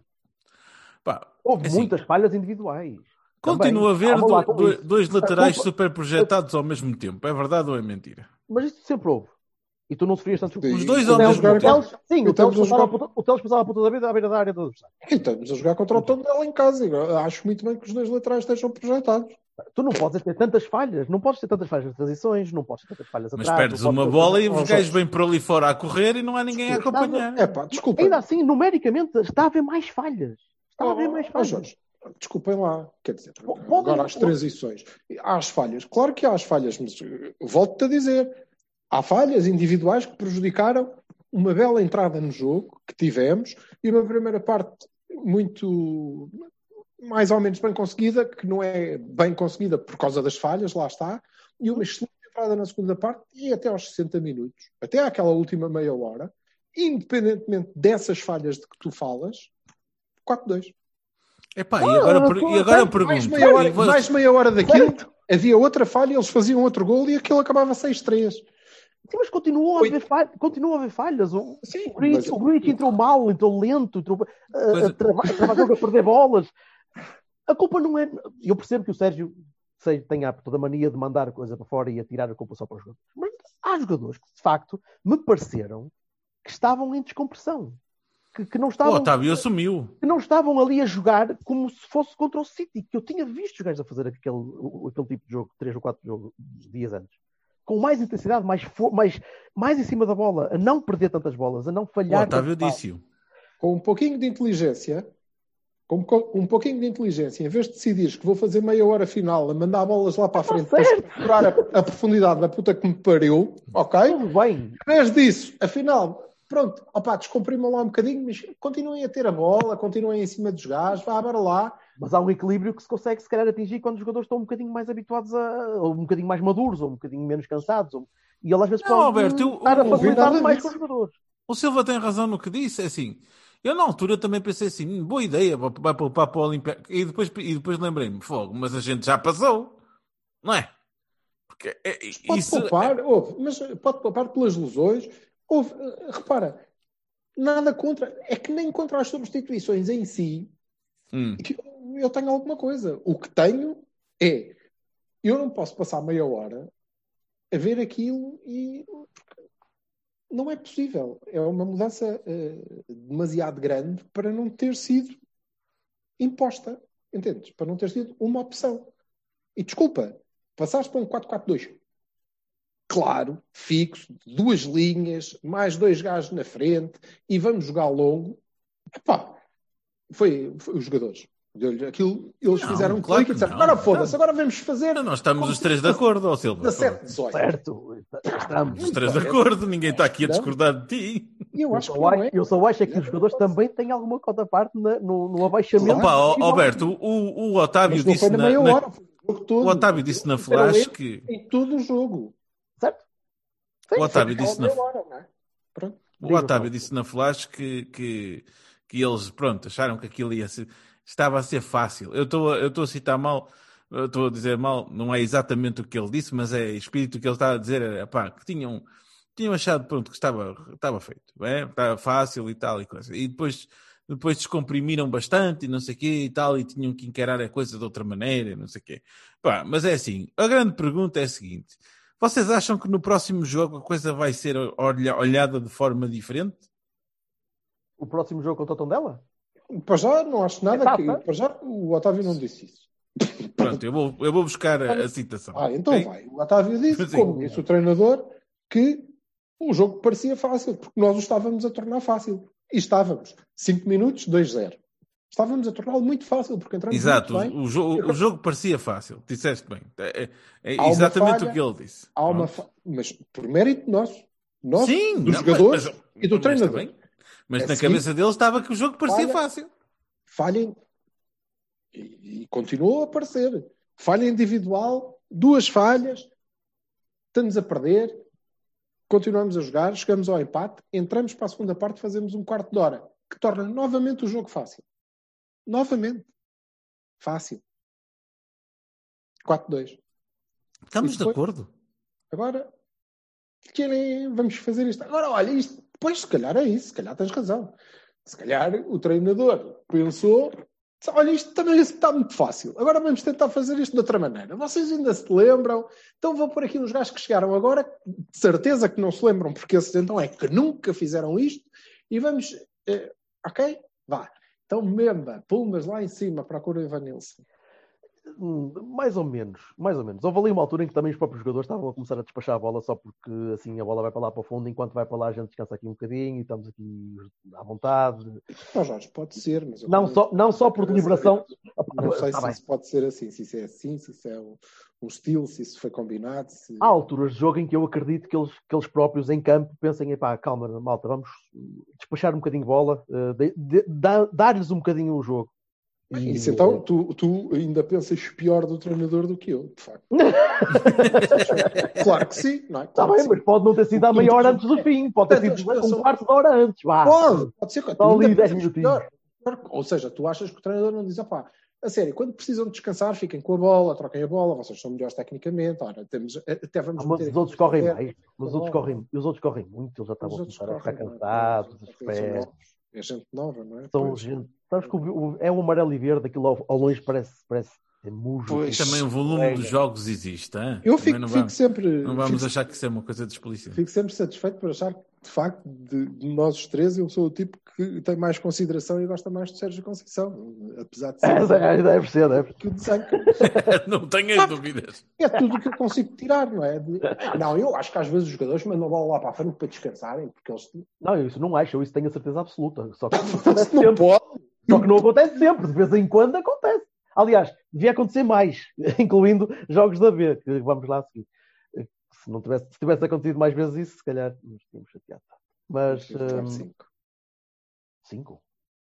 Pá, Houve assim, muitas falhas individuais. continua a Também. haver Calma lá do- com do- isso. dois laterais culpa- super projetados ao mesmo tempo. É verdade ou é mentira? Mas isso sempre houve. E tu não sofrias tanto. Sim. Os dois O ao Teles- mesmo Teles- o tempo. Teles- Sim, o Estamos Teles a passava a jogar- puta- o Teles passava a puta da vida à beira da área do adversário. E estamos a jogar contra o Tondela em casa. Eu acho muito bem que os dois laterais estejam projetados. Tu não podes ter tantas falhas. Não podes ter tantas falhas nas transições. Não podes ter tantas falhas Mas atrás. perdes não uma podes ter bola tantas- e Oh, os gajos Jorge. vêm por ali fora a correr e não há ninguém a acompanhar. É pá, desculpa. Ainda assim, numericamente, está a haver mais falhas. Está a haver Oh, mais oh, falhas. Jorge, desculpem lá. Quer dizer, Podem- agora as transições. Há as falhas. Claro que há as falhas, mas eh, volto-te a dizer. Há falhas individuais que prejudicaram uma bela entrada no jogo que tivemos e uma primeira parte muito mais ou menos bem conseguida, que não é bem conseguida por causa das falhas, lá está, e uma excelente entrada na segunda parte e até aos sessenta minutos, até àquela última meia hora, independentemente dessas falhas de que tu falas, quatro dois. Epá, e agora, per- e agora eu Mais pergunto. meia hora, e vou- mais meia hora daquilo, havia outra falha, eles faziam outro gol e aquilo acabava seis três. Sim, mas continua a haver falhas. Continua a haver falhas. O, Sim, o Gruitch mas- o Gruitch entrou mal, entrou lento, entrou a, Pois- a, trava- a travar jogo, a perder bolas. A culpa não é. Eu percebo que o Sérgio sei, tenha toda a mania de mandar a coisa para fora e atirar a culpa só para os jogadores. Mas há jogadores que, de facto, me pareceram que estavam em descompressão. Que, que, não O estavam, Otávio assumiu. que não estavam ali a jogar como se fosse contra o City. Que eu tinha visto os gajos a fazer aquele, aquele tipo de jogo, três ou quatro jogos, dias antes. Com mais intensidade, mais, fo- mais, mais em cima da bola, a não perder tantas bolas, a não O falhar. Otávio tanto. disse-o. Com um pouquinho de inteligência, com co- um pouquinho de inteligência, em vez de decidires que vou fazer meia hora final a mandar bolas lá para a frente para certo. explorar a, a profundidade da puta que me pariu, ok? Tudo bem. Em vez disso, afinal, pronto, opá, descomprimam lá um bocadinho, mas continuem a ter a bola, continuem em cima dos gajos, vá, bora lá. Mas há um equilíbrio que se consegue, se calhar, atingir quando os jogadores estão um bocadinho mais habituados a. ou um bocadinho mais maduros, ou um bocadinho menos cansados. Ou... E ele às vezes Não, pode Alberto, eu- estar a eu- facilitar eu- mais eu- com os jogadores. O Silva tem razão no que disse. É assim, eu na altura também pensei assim, "Hum, boa ideia, vai vai poupar para o Olímpia. E depois, e depois lembrei-me, fogo, mas a gente já passou. Não é? Porque é, Pode isso... poupar, ouve, mas pode poupar pelas lesões. Ouve, eh, repara, nada contra, é que nem contra as substituições em si, Hum. que eu, eu tenho alguma coisa. O que tenho é, eu não posso passar meia hora a ver aquilo e não é possível. É uma mudança eh, demasiado grande para não ter sido imposta, entendes? Para não ter sido uma opção. E desculpa, passaste para um quatro quatro dois. Claro, fixo, duas linhas, mais dois gajos na frente e vamos jogar longo. Epá, foi, foi os jogadores. Deu-lhe aquilo, eles Não, fizeram um claro clique e que disseram, não. agora foda-se, agora vamos fazer Não, nós estamos como os se três de fosse acordo, ó Silva. dezassete, dezoito. Certo. Estamos. Os três de acordo, ninguém está aqui a discordar de ti. E eu Eu acho que só, não acho, é. eu só acho é que os jogadores também têm alguma cota à parte na- no, no abaixamento. Opa, ó, Igual- Alberto, o, o Otávio Mas não disse foi na na, meia na- hora, foi o jogo todo. o Otávio disse na Era flash lento que em todo o jogo. Certo? O Otávio disse na, hora, não é? Pronto. o Otávio disse na Flash que, que, que eles, pronto, acharam que aquilo ia ser, estava a ser fácil. Eu estou eu estou a citar mal, eu estou a dizer mal, não é exatamente o que ele disse, mas é o espírito que ele está a dizer, é, pá, que tinham, tinham achado, pronto, que estava, estava feito, é? Estava fácil e tal e coisa. E depois, depois descomprimiram bastante e não sei o quê e tal, e tinham que encarar a coisa de outra maneira, não sei o quê. Pá, mas é assim, a grande pergunta é a seguinte: vocês acham que no próximo jogo a coisa vai ser olha, olhada de forma diferente? O próximo jogo contra o Tondela? Para já não acho nada É que... taça? Para já o Otávio não disse isso. Pronto, eu vou, eu vou buscar a, a citação. Ah, então okay? vai. O Otávio disse, Sim. como disse o treinador, que o jogo parecia fácil, porque nós o estávamos a tornar fácil. E estávamos. cinco minutos, dois zero. Estávamos a torná-lo muito fácil, porque entramos Exato, muito bem. o, jogo, o jogo parecia fácil. Disseste bem. É, é Há uma exatamente falha, o que ele disse. Há uma fa... Mas por mérito nosso. Nós, Sim, dos não, jogadores mas, mas, e do mas treinador. Também. Mas É na assim, cabeça dele estava que o jogo parecia falha, fácil. Falhem. E, e continuou a aparecer. Falha individual, duas falhas, estamos a perder, continuamos a jogar, chegamos ao empate, entramos para a segunda parte, fazemos um quarto de hora, que torna novamente o jogo fácil. Novamente. Fácil. quatro dois. Estamos depois, de acordo. Agora, querem, vamos fazer isto. Agora, olha, isto, depois se calhar é isso, se calhar tens razão. Se calhar o treinador pensou, olha, isto também está muito fácil. Agora vamos tentar fazer isto de outra maneira. Vocês ainda se lembram? Então vou pôr aqui uns gajos que chegaram agora, de certeza que não se lembram, porque esses então é que nunca fizeram isto, e vamos... Eh, ok? Vá. Então, Memba, Pumas lá em cima, procura o Evanilson. Mais ou menos, mais ou menos. Houve ali uma altura em que também os próprios jogadores estavam a começar a despachar a bola só porque assim a bola vai para lá para o fundo, enquanto vai para lá a gente descansa aqui um bocadinho e estamos aqui à vontade. Não, Jorge, pode ser, mas... Não só, não só por deliberação... Não sei tá se bem. isso pode ser assim, se isso é assim, se isso é um, um estilo, se isso foi combinado. Se... Há alturas de jogo em que eu acredito que eles, que eles próprios em campo pensem, epá, calma, malta, vamos despachar um bocadinho de bola, uh, de, de, de, dar-lhes um bocadinho o jogo. E, isso então, tu, tu ainda pensas pior do treinador do que eu, de facto. Claro que sim, não é? Está Claro bem, sim. mas pode não ter sido a meia hora antes do fim, pode ter sido um quarto de hora antes, vá. Pode, pode ser. Só ali dez minutinhos. Pior. Ou seja, tu achas que o treinador não diz, opá, a sério, quando precisam de descansar, fiquem com a bola, troquem a bola, vocês são melhores tecnicamente, ora, temos, até vamos ah, mas os outros correm mais, mas os outros correm, os outros correm muito, eles já estavam a começar a ficar cansados, os pés. É gente nova, não é? São gente, sabes que o, é o amarelo e verde, aquilo ao, ao longe parece, parece é mujo. Pois, também o volume é. dos jogos existe. Hein? Eu fico, não fico vamos, sempre... Não vamos fico, achar que isso é uma coisa explícita. Fico sempre satisfeito por achar que, de facto, de, de nós os três, eu sou o tipo que tem mais consideração e gosta mais de Sérgio Conceição. Apesar de ser... É, deve ser, deve que o desenho... Não tenhas dúvidas. É tudo o que eu consigo tirar, não é? De... Não, eu acho que às vezes os jogadores mandam a bola lá para a frente para descansarem, porque eles... Não, eu isso não acho, eu isso tenho a certeza absoluta. Só que não não acontece sempre. Pode. Só que não acontece sempre, de vez em quando acontece. Aliás, devia acontecer mais, incluindo jogos da B, que vamos lá a seguir. Se, não tivesse, se tivesse acontecido mais vezes isso, se calhar nos tínhamos chateado. Mas... Um... Cinco. Cinco?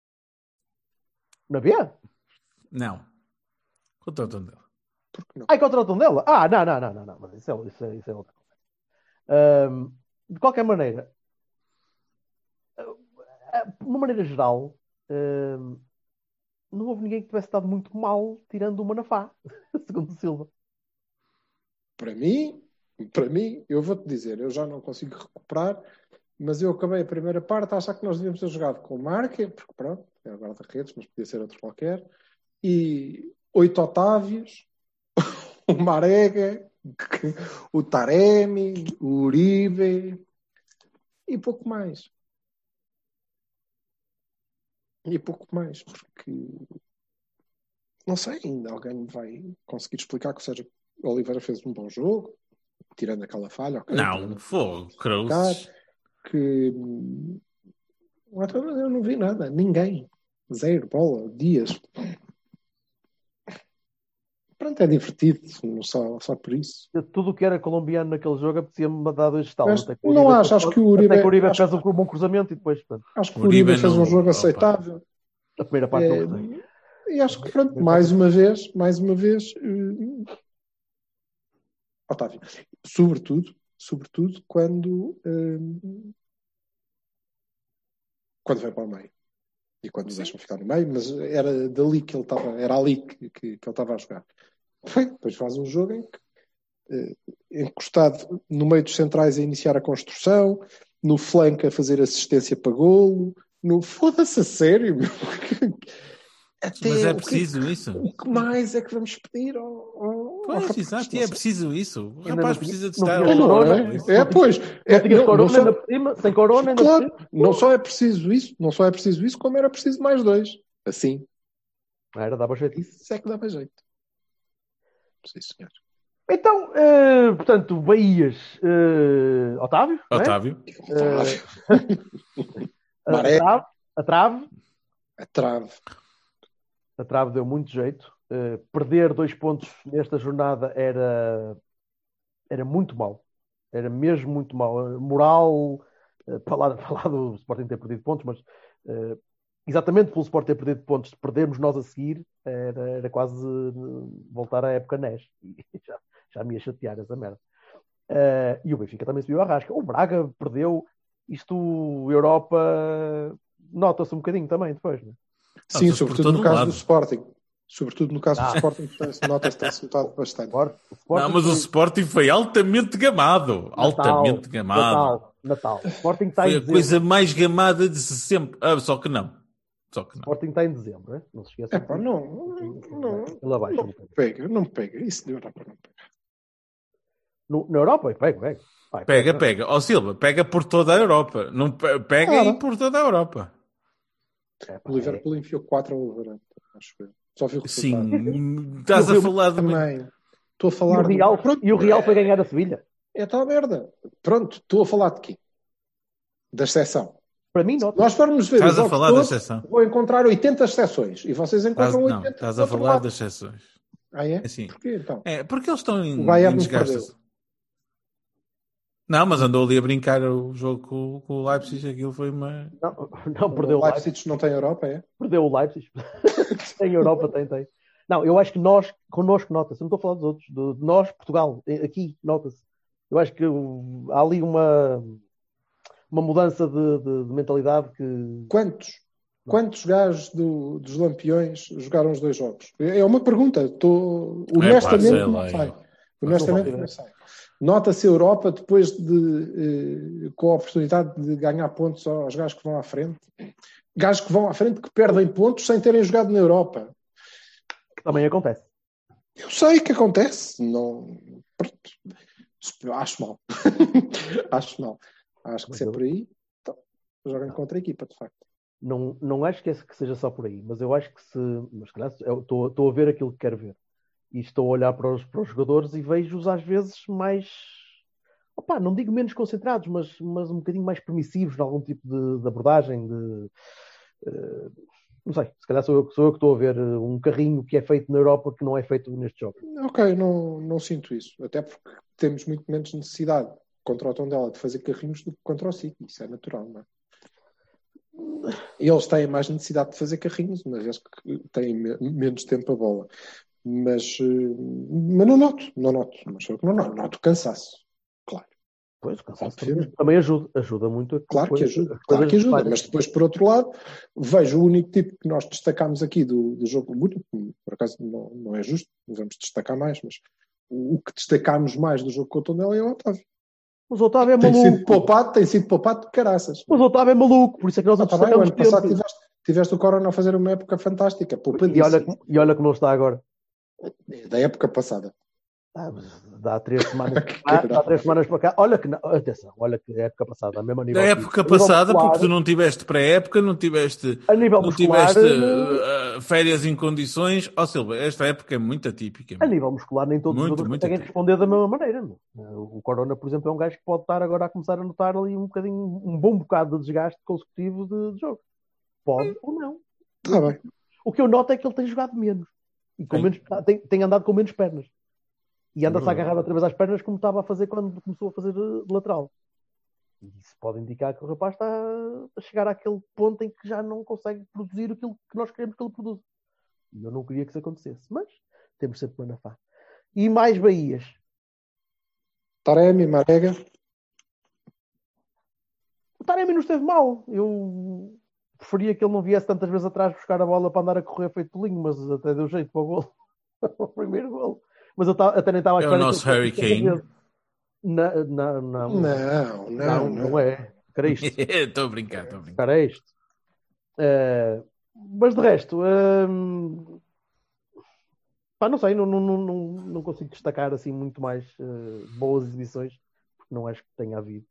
Na B? Não. Contra o Tondela. Ah, contra o Tondela? Ah, não, não, não, não, não. Mas isso é, isso é, isso é outra coisa. Um, de qualquer maneira, de uma maneira geral... Um, não houve ninguém que tivesse estado muito mal, tirando o Manafá, segundo o Silva. Para mim, para mim, eu vou-te dizer, eu já não consigo recuperar, mas eu acabei a primeira parte a achar que nós devíamos ter jogado com o Marque, porque pronto, é o guarda-redes, mas podia ser outro qualquer, e oito Otávios, o Marega, o Taremi, o Uribe, e pouco mais. E pouco mais, porque não sei, ainda alguém me vai conseguir explicar que o Sérgio Oliveira fez um bom jogo, tirando aquela falha. Okay, não, foi Cruz. Que eu não vi nada, ninguém, zero, bola, Dias. Pronto, é divertido, só, só por isso. Tudo o que era colombiano naquele jogo apetecia-me dar dois estalos. Não acho, acho que o Uribe... Até que o Uribe acho, fez um bom cruzamento e depois... Pronto. Acho que o Uribe, Uribe fez não, um jogo aceitável. A primeira parte é, não E acho que, pronto, mais uma vez, mais uma vez... Uh, Otávio, sobretudo, sobretudo quando, hum, quando vai para o meio. E quando o deixam ficar no meio, mas era dali que ele estava, era ali que, que, que ele estava a jogar. Bem, depois faz um jogo em que, eh, encostado no meio dos centrais a iniciar a construção, no flanco a fazer assistência para golo, no foda-se a sério, meu. Até Mas é o que- preciso isso. O que mais é que vamos pedir ao, ao, ao Pois, rapaz? exato, e é preciso isso. O Ainda rapaz não tinha- precisa de não estar. tinha Não corona. é? É, pois. É, Não tinhas não, corona não só, ainda por cima? Sem corona ainda claro, por cima? não só é preciso isso, não só é preciso isso, como era preciso mais dois. Assim, Era, dava jeito. isso é que dava jeito. Sim, senhor. Então, eh, portanto, Bahias, eh, Otávio, não é? Otávio. A, Maré. a trave, a trave, A trave. a trave deu muito jeito. Eh, perder dois pontos nesta jornada era, era muito mau. Era mesmo muito mau. A moral, eh, falar, falar do Sporting ter perdido pontos, mas eh, exatamente pelo Sporting ter perdido pontos, se perdermos nós a seguir, era, era quase eh, voltar à época N E S. E já, já me ia chatear essa merda. Eh, e o Benfica também subiu a rasca. O Braga perdeu. Isto, Europa, nota-se um bocadinho também depois, não é? Sim, Nota-se por sobretudo todo no caso lado. do Sporting. Sobretudo no caso Ah. do Sporting, nota-se que tem resultado bastante. Sport- o Não, Sporting mas o foi- Sporting foi altamente gamado. Altamente gamado. Natal, Natal. O Sporting está em Foi a dezembro. coisa mais gamada de sempre. Ah, só que não. Só que O não. Sporting está em dezembro, não é? Não se esqueça. É pá, não, não, Ele abaixa um não bocadinho. pega, não pega. Isso de Europa não pega. No- Na Europa, pega, pega. Vai, Pega, pega. Ó Silva, pega por toda a Europa. Não pe- pega Ah. aí por toda a Europa. É, pá, O Liverpool enfiou quatro ao Wolverhampton, acho eu. Só vi o resultado. Sim, estás E o a Rio falar de. Também. Estou a é. E falar o Real, de... Pronto, e o Real foi ganhar a Sevilha. é tal merda. Pronto, estou a falar de quê? Da exceção. Para mim, nota. Nós formos ver Estás os a jogos falar da todos, exceção. vou encontrar oitenta exceções. E vocês Estás, encontram não, oitenta estás do a outro falar lado. das exceções. Ah, é? Assim. Porquê, então? É, porque eles estão em, O Bayern em desgaste. perdeu. Não, mas andou ali a brincar o jogo com, com o Leipzig. Aquilo foi uma. Não, não perdeu O o Leipzig. Leipzig não tem Europa, é? Perdeu o Leipzig. Tem Europa, tem, tem. Não, eu acho que nós, connosco nota-se, não estou a falar dos outros, de, de nós, Portugal, aqui nota-se. Eu acho que uh, há ali uma, uma mudança de, de- de mentalidade que. Quantos? Quantos gajos do- dos Lampiões jogaram os dois jogos? É uma pergunta. Estou... Honestamente, sei não lá, sei. eu- Honestamente, Não não sei. Nota-se a Europa depois de, eh, com a oportunidade de ganhar pontos aos gajos que vão à frente. Gajos que vão à frente que perdem pontos sem terem jogado na Europa. Também acontece. Eu sei que acontece. Não... Pronto. Acho mal. Acho mal. Acho que Mas se é eu- por aí, então, joguem contra a equipa, de facto. Não, não acho que, esse- que seja só por aí, mas eu acho que se. Mas calhar eu estou estou a ver aquilo que quero ver. E estou a olhar para os, para os jogadores e vejo-os às vezes mais. Opa, não digo menos concentrados, mas, mas um bocadinho mais permissivos em algum tipo de, de abordagem. De, eh, não sei, se calhar sou eu, sou eu que estou a ver eh, um carrinho que é feito na Europa que não é feito nestes jogos. Ok, não, não sinto isso. Até porque temos muito menos necessidade contra o Tondela de fazer carrinhos do que contra o City. Isso é natural, não é? Eles têm mais necessidade de fazer carrinhos, mas eles que têm me- menos tempo a bola. Mas, eh, mas não noto, não noto. Mas eu não noto, noto cansaço. Claro, Pois, o cansaço Obviamente. também, também ajuda, ajuda muito a claro que coisa- ajuda. as Claro coisas que ajuda. falham. Mas depois, por outro lado, vejo o único tipo que nós destacámos aqui do, do jogo, o único, por acaso não, não é justo, não vamos destacar mais, mas o, o que destacámos mais do jogo com o Tondela é o Otávio. Mas o Otávio é Tem sido maluco. poupado, tem sido poupado de caraças. Mas o Otávio é maluco, por isso é que nós Ah, o tá bem, o destacamos ano passado sempre. tiveste, tiveste o Corona a fazer uma época fantástica, E olha, poupadíssimo. e olha como ele está agora. Da época passada. Ah, mas dá três semanas Que para cá, dá caralho. três semanas para cá. Olha que não, atenção, olha que a época passada, mesmo a nível Da a época nível passada, muscular, porque tu não tiveste pré-época, não tiveste, a nível não muscular, tiveste eh, uh, férias em condições. Ó Silva, esta época é muito atípica. a nível muscular nem todos Muito, os jogadores muito conseguem atípico. responder da mesma maneira. Não? O Corona, por exemplo, é um gajo que pode estar agora a começar a notar ali um bocadinho, um bom bocado de desgaste consecutivo de, de jogo. Pode ou não. Está bem. O que eu noto é que ele tem jogado menos. E com Sim. menos tem, tem andado com menos pernas. E anda-se Verdade. agarrado outra vez às pernas como estava a fazer quando começou a fazer de, de lateral. E isso pode indicar que o rapaz está a chegar àquele ponto em que já não consegue produzir aquilo que nós queremos que ele produza. E eu não queria que isso acontecesse. Mas temos sempre Manafá. E mais Bahias. Taremi, Marega. O Taremi não esteve mal. Eu preferia que ele não viesse tantas vezes atrás buscar a bola para andar a correr feito tolinho, mas até deu jeito para o golo. O primeiro golo. Mas eu até nem estava a É esperar. o nosso Harry Kane. Não, não, não. Não, não, Não, não é. Cristo. Estou a brincar, estou a brincar. Cara, é isto. Uh, mas de resto, uh, pá, não sei, não, não, não, não consigo destacar assim muito mais uh, boas exibições, porque não acho que tenha havido.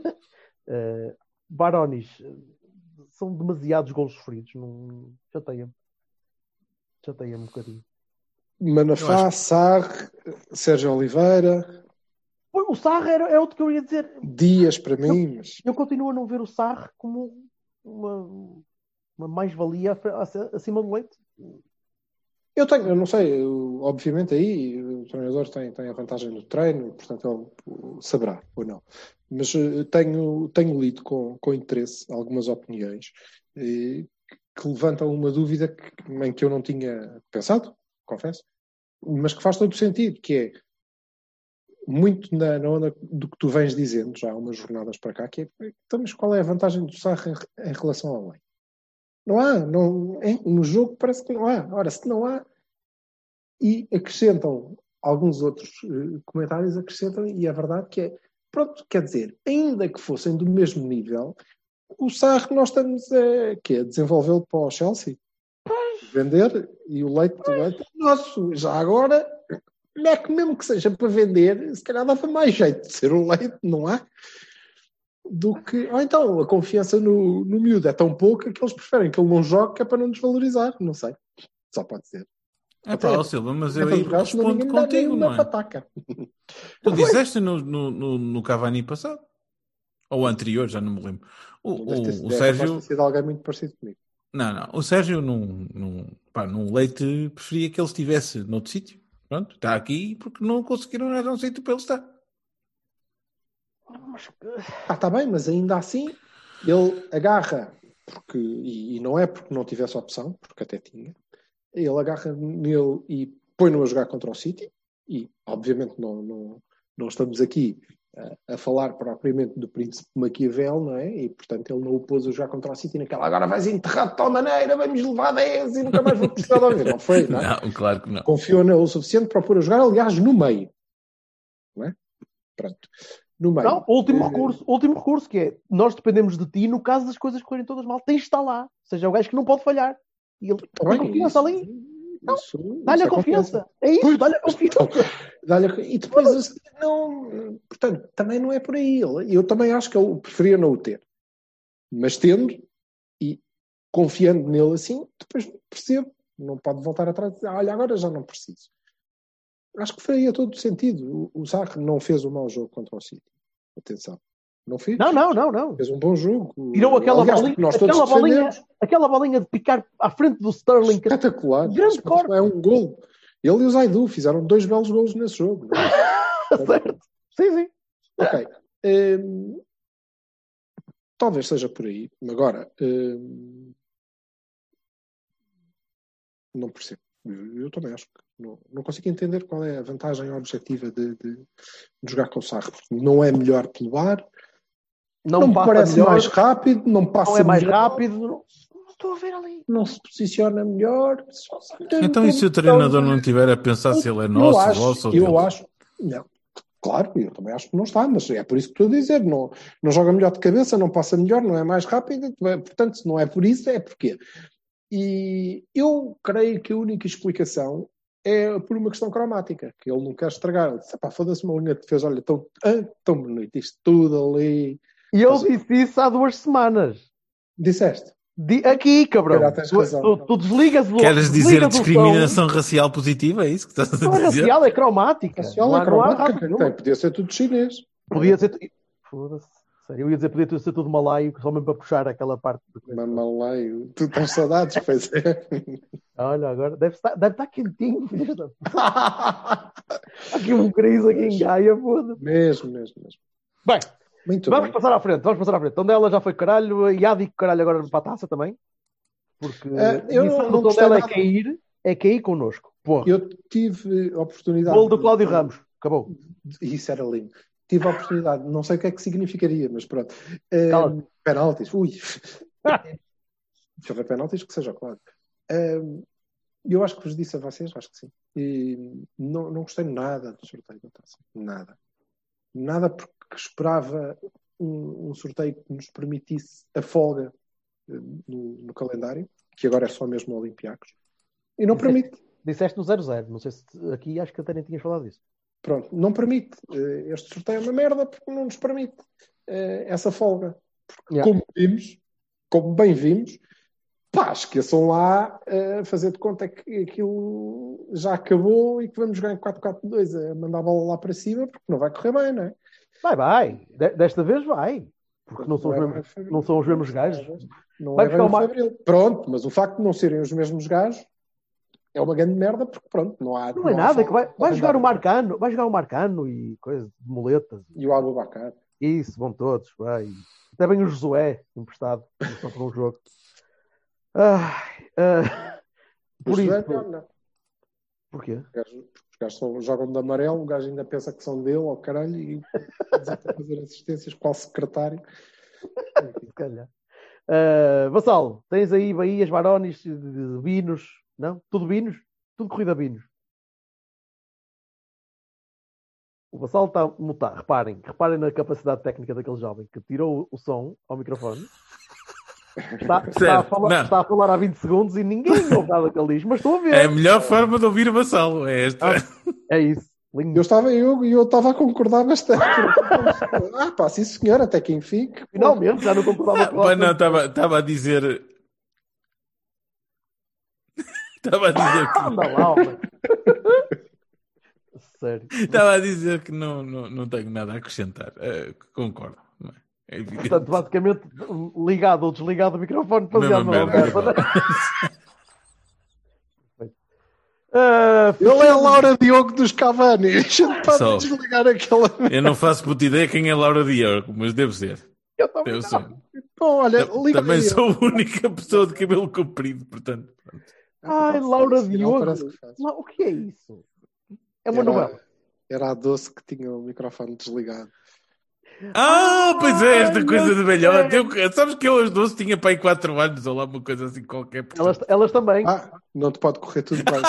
uh, Barones, são demasiados golos sofridos, não chateia-me. Chateia-me um bocadinho. Manafá, acho... Sarr, Sérgio Oliveira. O Sarr era, é outro que eu ia dizer. Dias para mim, eu, mas... eu continuo a não ver o Sarr como uma, uma mais-valia acima do Leite. Eu tenho, eu não sei, eu, obviamente aí o treinador tem, tem a vantagem do treino, portanto ele saberá ou não. Mas uh, tenho, tenho lido com, com interesse algumas opiniões eh, que levantam uma dúvida que, em que eu não tinha pensado, confesso, mas que faz todo o sentido, que é muito na, na onda do que tu vens dizendo já há umas jornadas para cá, que é, então, mas qual é a vantagem do Sarr em, em relação ao Leite? Não há, não, é, no jogo parece que não há. Ora, se não há, e acrescentam alguns outros uh, comentários, acrescentam, e é verdade que é, pronto, quer dizer, ainda que fossem do mesmo nível, o Sarr nós estamos a, que é, desenvolvê-lo para o Chelsea, vender, e o Leite, o Leite é nosso. Já agora, não é que mesmo que seja para vender, se calhar dava mais jeito de ser o Leite, não há? Do que, ou então a confiança no, no miúdo é tão pouca que eles preferem que ele não jogue, que é para não desvalorizar, não sei, só pode ser. É pá, ó Silva, mas eu é aí resto, respondo contigo, não é? Pataca. Tu disseste no, no, no, no Cavani passado, ou anterior, já não me lembro. O, o, o Sérgio... sido alguém muito parecido comigo. Não, não, o Sérgio num, num, pá, num Leite preferia que ele estivesse noutro sítio. Pronto, está aqui porque não conseguiram arranjar um sítio para ele estar. Ah, está bem, mas ainda assim ele agarra, porque, e, e não é porque não tivesse opção, porque até tinha, ele agarra nele e põe-no a jogar contra o City, e obviamente não, não, não estamos aqui a, a falar propriamente do príncipe Maquiavel, não é? E portanto ele não o pôs a jogar contra o City naquela, agora vais enterrar de tal maneira, vamos levar dez e nunca mais vou precisar de ouvir. Não foi, não é? Não, claro que não. Confiou nele o suficiente para o pôr a jogar, aliás, no meio. Não é? Pronto. No meio. Não, último recurso, último recurso, que é, nós dependemos de ti no caso das coisas correrem todas mal, tens de estar lá. Ou seja, é o gajo que não pode falhar. E ele tá tem confiança isso, ali. Não, isso, dá-lhe isso a confiança. É isso, dá-lhe a confiança. Então, dá-lhe, e depois, não, portanto, também não é por aí. Eu também acho que eu preferia não o ter. Mas tendo e confiando nele assim, depois percebo. Não pode voltar atrás e dizer, olha, agora já não preciso. Acho que faria todo o sentido. O Sarr não fez um mau jogo contra o City. Atenção. Não fez? Não, não, não, não. Fez um bom jogo. Tirou aquela, Aliás, bolinha, nós aquela, bolinha, aquela bolinha de picar à frente do Sterling. Espetacular. Grande corte. É um golo. Ele e o Zaidu fizeram dois belos golos nesse jogo. Certo. Sim, sim. Ok. Um, talvez seja por aí. Agora, um, não percebo. Eu, eu também acho que não, não consigo entender qual é a vantagem objetiva de, de, de jogar com o Sarr. Não é melhor pelo ar, não, não me parece melhor, mais rápido, não passa não é mais melhor, rápido. Não, não estou a ver ali. Não se posiciona melhor. Só, então, e se o treinador não estiver a pensar se ele é nosso, eu acho, vosso ou eu deles? acho, não. Claro, eu também acho que não está, mas é por isso que estou a dizer. Não, não joga melhor de cabeça, não passa melhor, não é mais rápido. Portanto, se não é por isso, é porquê? E eu creio que a única explicação é por uma questão cromática, que ele não quer estragar. Ele disse, pá, foda-se uma linha de defesa, olha, tão, ah, tão bonito, isto tudo ali. E eu disse isso há duas semanas. Disseste? Di- aqui, cabrão. Tu, tu, tu desligas o Queres dizer desligas discriminação racial positiva? É isso que estás a dizer? Não é racial, é cromática. Racial não é há, cromática. não há tem, podia ser tudo chinês. Podia ser... Foda-se. Sério, eu ia dizer, podia ser tudo malaio, só mesmo para puxar aquela parte. Do... Malaio. Tu tens saudades, pois é. Olha, agora deve estar, deve estar quentinho. Aqui um crise aqui em Gaia, foda-se. Mesmo, mesmo, mesmo. Bem, muito vamos bem. passar à frente, vamos passar à frente. Tondela já foi caralho, e há de caralho agora para a taça também. Porque uh, eu não, não Tondela é cair, é cair connosco. Porra. Eu tive oportunidade. Gol do Cláudio Ramos, acabou. Isso era lindo. tive a oportunidade. Não sei o que é que significaria, mas pronto. Uh, penaltis. Ui. Se houver penaltis, que seja claro. Uh, eu acho que vos disse a vocês, acho que sim. E não, não gostei nada do sorteio da taça. Nada. Nada porque esperava um, um sorteio que nos permitisse a folga uh, no, no calendário, que agora é só mesmo Olympiacos. E não disseste, permite. Disseste no zero zero. Não sei se aqui acho que até nem tinhas falado disso. Pronto, não permite. Este sorteio é uma merda porque não nos permite essa folga. Porque, yeah. como vimos, como bem vimos, pá, esqueçam lá uh, fazer de conta que aquilo já acabou e que vamos jogar em quatro quatro dois a mandar a bola lá para cima porque não vai correr bem, não é? Vai, vai. Desta vez vai. Porque não, não, são, os mesmos, não são os mesmos gajos. Não vai é bem o Fabril. Pronto, mas o facto de não serem os mesmos gajos é uma grande merda porque pronto, não há... Não, não é nada, que vai, vai jogar o Marcano, vai jogar o Marcano e coisas de muletas. E o Abubacar. Isso, vão todos, vai. Até bem o Josué, emprestado, só por um jogo. Ah, ah, por o isso... Josué, não. Porquê? Os gajos são, jogam de amarelo, o gajo ainda pensa que são dele, ao caralho, e a fazer assistências, qual secretário. Se calhar. Uh, Vassal, tens aí Bahias, Barones, Vinos... Não? Tudo Binos? Tudo corrida Binos. O Vassal está a mutar. Reparem. Reparem na capacidade técnica daquele jovem que tirou o som ao microfone. Está, está, a, falar, está a falar há vinte segundos e ninguém ouve nada que ele diz. Mas estou a ver. É a melhor forma de ouvir o Vassal. É esta. Ah, é isso. Lindo. Eu estava eu, eu estava a concordar bastante. Ah, pá, sim senhor, até que enfim. Finalmente, já não concordava com ah, Não, estava, estava a dizer... Estava a dizer que... Anda lá, homem. Sério. Estava a dizer que não, não, não tenho nada a acrescentar. Uh, concordo. Não é? É Portanto, basicamente, ligado ou desligado o microfone para fazer a mesma merda. Uh, Ele é a Laura Diogo dos Cavani. A gente pode Só. desligar aquela... Eu não faço puta ideia quem é Laura Diogo, mas deve ser. Eu também eu não. Bom, olha, também sou a única pessoa de cabelo comprido, portanto... Pronto. Ai, Laura Diogo. Que o que é isso? É uma era, novela. Era a Doce que tinha o microfone desligado. Ah, pois é, esta Ai, coisa de velhote. Eu, sabes que eu as Doce tinha para aí quatro anos ou lá uma coisa assim qualquer. Elas, elas também. Ah, não te pode correr tudo bem.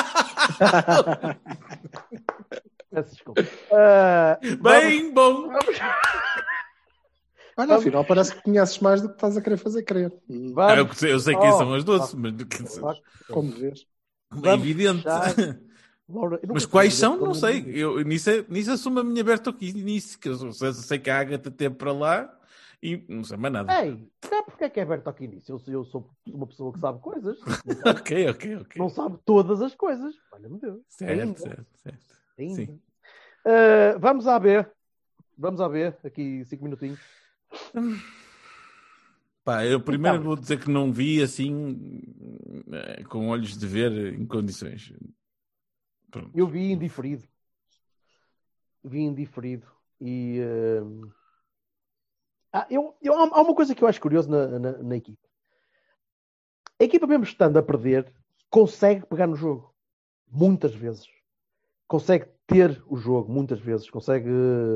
Peço desculpa. Uh, bem vamos... bom. Vamos... Olha, vamos... afinal parece que conheces mais do que estás a querer fazer crer. Ah, eu, sei, eu sei quem oh, são as Doce, oh, mas do que como vês. É evidente. Laura, mas quais são? Não sei. Eu, nisso, nisso assumo a minha Bertocchinice, que eu sei, sei que a Ágata teve para lá e não sei mais nada. Ei, sabe porque é que é Bertocchinice? Eu, eu sou uma pessoa que sabe coisas. ok, ok, ok. Não sabe todas as coisas. Olha, meu Deus. Certo, ainda. certo, certo. Ainda. Sim. Uh, vamos à B. Vamos à B, aqui cinco minutinhos. Pá, eu primeiro vou dizer que não vi assim com olhos de ver em condições. Pronto. Eu vi indiferido. Vi indiferido. E uh... ah, eu, eu, há uma coisa que eu acho curioso na, na, na equipa. A equipa, mesmo estando a perder, consegue pegar no jogo. Muitas vezes. Consegue ter o jogo, muitas vezes. Consegue...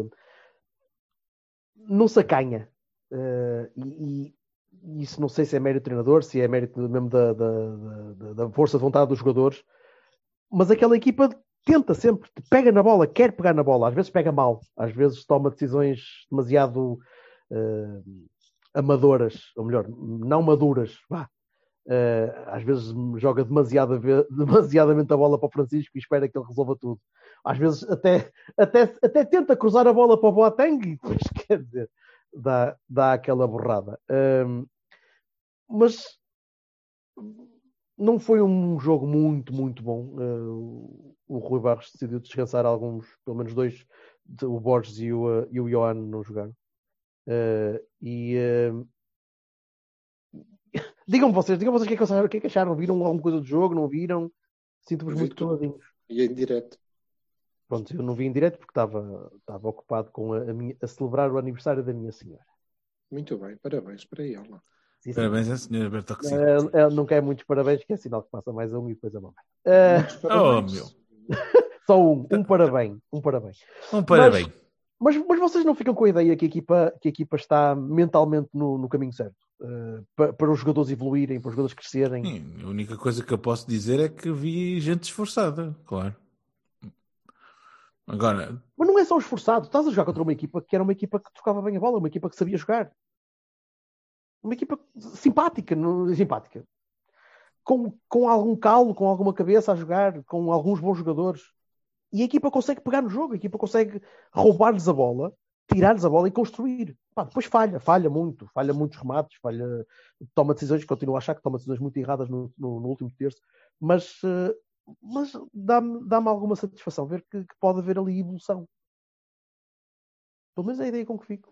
Não se acanha. Uh, e, e isso não sei se é mérito do treinador, se é mérito mesmo da, da, da, da força de vontade dos jogadores, mas aquela equipa tenta sempre, pega na bola, quer pegar na bola, às vezes pega mal, às vezes toma decisões demasiado uh, amadoras, ou melhor, não maduras, vá. Uh, às vezes joga demasiado, demasiadamente a bola para o Francisco e espera que ele resolva tudo. Às vezes até, até, até tenta cruzar a bola para o Boateng e depois, quer dizer, dá, dá aquela borrada. Um, mas não foi um jogo muito, muito bom. Uh, o Rui Barros decidiu descansar alguns, pelo menos dois, o Borges e o, uh, e o Ioane não jogaram. Uh, e uh, digam-me vocês, digam vocês o que é que acharam, o que é que acharam? Viram alguma coisa do jogo? Não viram? Sinto-vos muito caladinhos. E em direto. Pronto, eu não vi em direto porque estava, estava ocupado com a, a, minha, a celebrar o aniversário da minha senhora. Muito bem, parabéns para ela. Sim, parabéns à senhora Bertocchi. Uh, ela não quer muitos parabéns, que é sinal que passa mais a um e depois a mamãe. Uh, oh, meu. Só um, um parabéns. Um parabéns. Um parabéns. Mas, mas vocês não ficam com a ideia que a equipa, que a equipa está mentalmente no, no caminho certo? Uh, para, para os jogadores evoluírem, para os jogadores crescerem? Sim, a única coisa que eu posso dizer é que vi gente esforçada, claro. Agora... Mas não é só esforçado. Estás a jogar contra uma equipa que era uma equipa que tocava bem a bola, uma equipa que sabia jogar. Uma equipa simpática, não, simpática. Com, com algum calo, com alguma cabeça a jogar, com alguns bons jogadores. E a equipa consegue pegar no jogo, a equipa consegue roubar-lhes a bola, tirar-lhes a bola e construir. Pá, depois falha, falha muito, falha muitos remates, falha, toma decisões, continuo a achar que toma decisões muito erradas no, no, no último terço, mas, mas dá-me, dá-me alguma satisfação ver que, que pode haver ali evolução. Pelo menos é a ideia com que fico.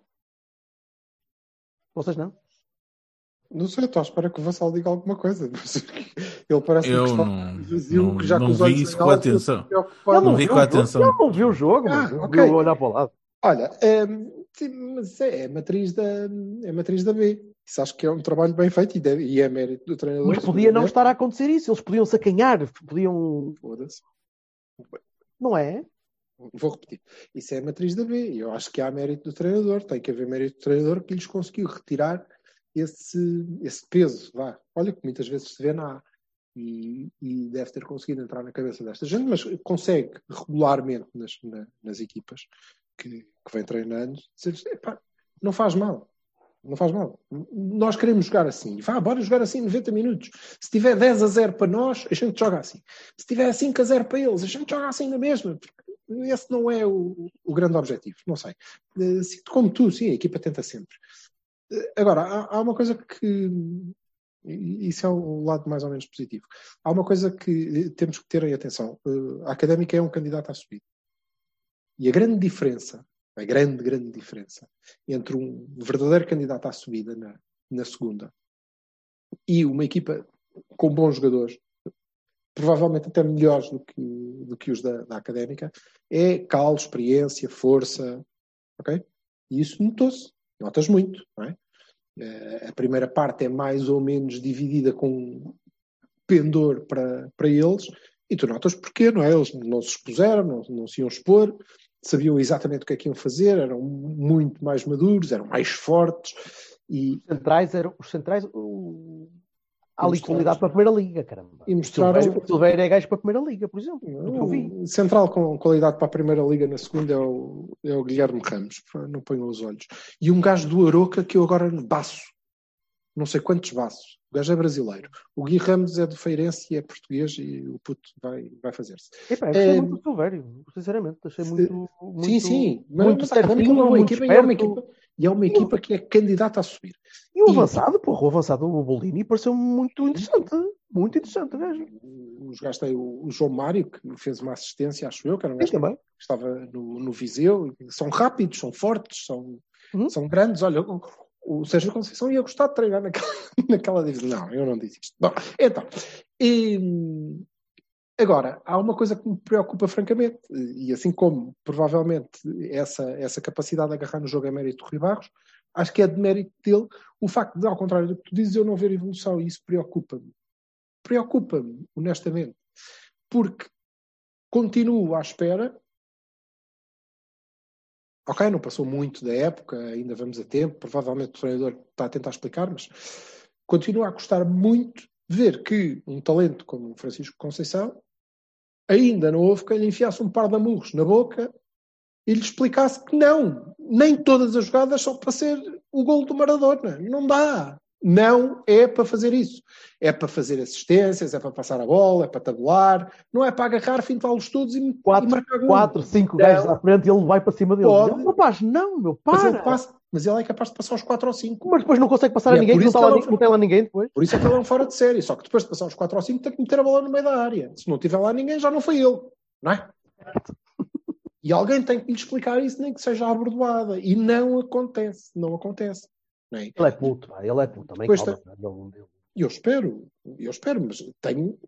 Vocês não? Não sei, estou à espera que o Vassal diga alguma coisa. Ele parece eu que está não, vazio, não, que já não com os vi olhos isso em com alto, atenção. preocupado. Não vi com atenção. Ele não viu o jogo, Ah, mas ok. viu olhar para o lado. Olha, é, mas é, é, matriz da, é matriz da B. Isso acho que é um trabalho bem feito e, deve, e é mérito do treinador. Mas podia não estar a acontecer isso. Eles podiam se acanhar, podiam... Foda-se. Não é? Vou repetir. Isso é a matriz da B. Eu acho que há mérito do treinador. Tem que haver mérito do treinador que lhes conseguiu retirar esse, esse peso. Vá. Olha que muitas vezes se vê na A. E, e deve ter conseguido entrar na cabeça desta gente, mas consegue regularmente nas, na, nas equipas que, que vem treinando dizer-lhes, epá, não faz mal. Não faz mal. Nós queremos jogar assim. Vá, bora jogar assim noventa minutos. Se tiver dez a zero para nós, a gente joga assim. Se tiver cinco a zero para eles, a gente joga assim na mesma. Esse não é o, o grande objetivo. Não sei. Como tu, sim, a equipa tenta sempre. Agora, há, há uma coisa que... Isso é o lado mais ou menos positivo. Há uma coisa que temos que ter em atenção. A Académica é um candidato à subida. E a grande diferença, a grande, grande diferença entre um verdadeiro candidato à subida na, na segunda e uma equipa com bons jogadores, provavelmente até melhores do que, do que os da, da Académica, é calo, experiência, força. Ok? E isso notou-se. Notas muito, não é? A primeira parte é mais ou menos dividida com pendor para, para eles, e tu notas porquê, não é? Eles não se expuseram, não, não se iam expor, sabiam exatamente o que é que iam fazer, eram muito mais maduros, eram mais fortes. E... Os centrais eram... Os centrais o... Há ali qualidade para a Primeira Liga, caramba. E mostraram... O Silveira é gajo para a Primeira Liga, por exemplo. Não, que eu vi. Central com qualidade para a Primeira Liga na segunda é o, é o Guilherme Ramos. Não ponham os olhos. E um gajo do Aroca que eu agora baço. Não sei quantos baços. O gajo é brasileiro. O Gui Ramos é do Feirense e é português e o puto vai, vai fazer-se. Epá, eu gostei é... muito do Silvério. Sinceramente, achei muito... muito sim, sim. Muito mas, certinho, é uma muito equipa, é uma equipa E é uma equipa que é candidata a subir. E o avançado, e... porra, o avançado, o Bolini, pareceu muito interessante. Muito interessante, vejo. Os gajos têm o, o João Mário, que fez uma assistência, acho eu, que era um gajo também. que estava no, no Viseu. São rápidos, são fortes, são, uhum. são grandes. Olha, o, o Sérgio Conceição ia gostar de treinar naquela, naquela divisão. Não, eu não disse isto. Bom, então... E... Agora, há uma coisa que me preocupa francamente, e assim como provavelmente essa, essa capacidade de agarrar no jogo é mérito do Rui Barros, acho que é de mérito dele o facto de, ao contrário do que tu dizes, eu não ver evolução, e isso preocupa-me. Preocupa-me, honestamente, porque continuo à espera. Ok, não passou muito da época, ainda vamos a tempo, provavelmente o treinador está a tentar explicar, mas continuo a gostar muito de ver que um talento como o Francisco Conceição ainda não houve quem lhe enfiasse um par de amurros na boca e lhe explicasse que não, nem todas as jogadas são para ser o golo do Maradona. Não dá. Não é para fazer isso. É para fazer assistências, é para passar a bola, é para tabular, não é para agarrar, fintá-los todos e, quatro, e marcar golo. Quatro, cinco gajos à frente e ele vai para cima dele. Pode. Não, rapaz, não, meu, para. Mas ele, passa, mas ele é capaz de passar os quatro ou cinco. Mas depois não consegue passar e a ninguém, é que não, que lá, não, não tem lá ninguém depois. Por isso é que ele é um fora de série. Só que depois de passar os quatro ou cinco tem que meter a bola no meio da área. Se não tiver lá ninguém, já não foi ele. Não é? E alguém tem que lhe explicar isso, nem que seja abordoada. E não acontece. Não acontece. Não é? Ele é puto, pá. Ele é puto. Também Depois calma, tem... Eu espero. Eu espero, mas tenho...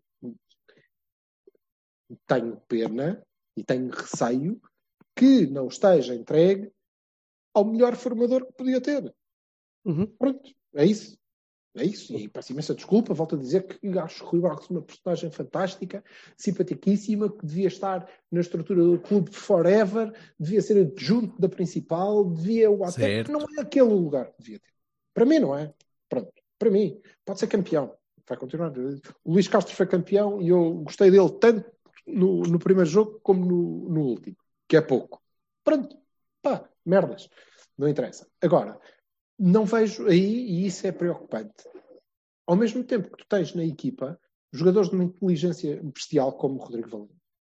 Tenho pena e tenho receio que não esteja entregue ao melhor formador que podia ter. Uhum. Pronto. É isso. É isso, e peço imensa desculpa, volto a dizer que acho o Rui Barros uma personagem fantástica, simpaticíssima, que devia estar na estrutura do clube forever, devia ser adjunto da principal, devia o até, não é aquele lugar que devia ter. Para mim não é. Pronto, para mim, pode ser campeão, vai continuar. O Luís Castro foi campeão e eu gostei dele tanto no, no primeiro jogo como no, no último, que é pouco. Pronto, pá, merdas, não interessa. Agora, não vejo aí, e isso é preocupante, ao mesmo tempo que tu tens na equipa jogadores de uma inteligência bestial como o Rodrigo Valente,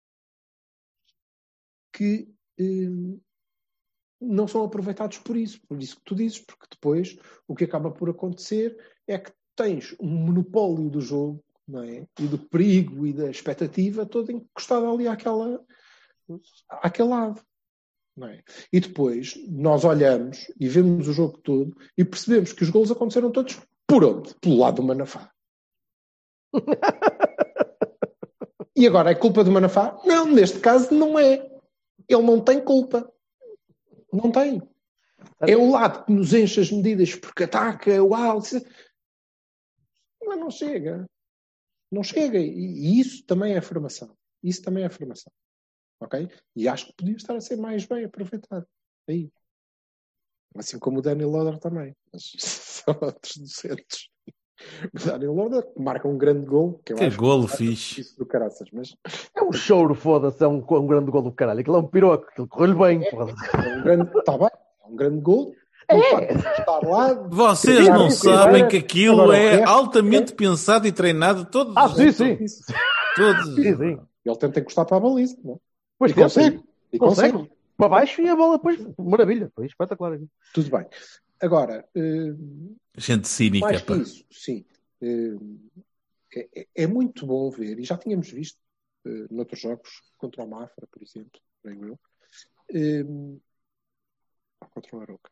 que eh, não são aproveitados por isso, por isso que tu dizes, porque depois o que acaba por acontecer é que tens um monopólio do jogo, não é? E do perigo e da expectativa toda encostada ali àquela, àquele lado. Não é? E depois nós olhamos e vemos o jogo todo e percebemos que os golos aconteceram todos por onde? Pelo lado do Manafá. E agora é culpa do Manafá? Não, neste caso não é. Ele não tem culpa. Não tem. É o lado que nos enche as medidas porque ataca, uau, mas não chega. Não chega. E isso também é formação. Isso também é formação. Ok? E acho que podia estar a ser mais bem aproveitado. Aí. Assim como o Daniel Loader também. Mas são outros duzentos. O Daniel Loader marca um grande gol. Que, eu que acho golo que fixe. Isso do caraças, mas... É um choro, foda-se. É um, um grande gol do caralho. Aquilo é um piroco. Aquilo correu-lhe bem. É, é um grande... Está bem. É um grande gol. É. Estar lá, Vocês não sabem que aquilo agora, é é, altamente é. pensado e treinado todos. Ah, sim, sim. Todos. Sim, sim. Ele tenta encostar para a baliza. Não? Pois E consegue. E consegue. consegue. Para baixo e a bola depois. Maravilha. Foi espetacular. Tudo bem. Agora, uh, gente cínica. mais que Pá. isso, sim. Uh, é, é muito bom ver, e já tínhamos visto uh, noutros jogos, contra o Mafra, por exemplo, bem eu, uh, contra o Aroca.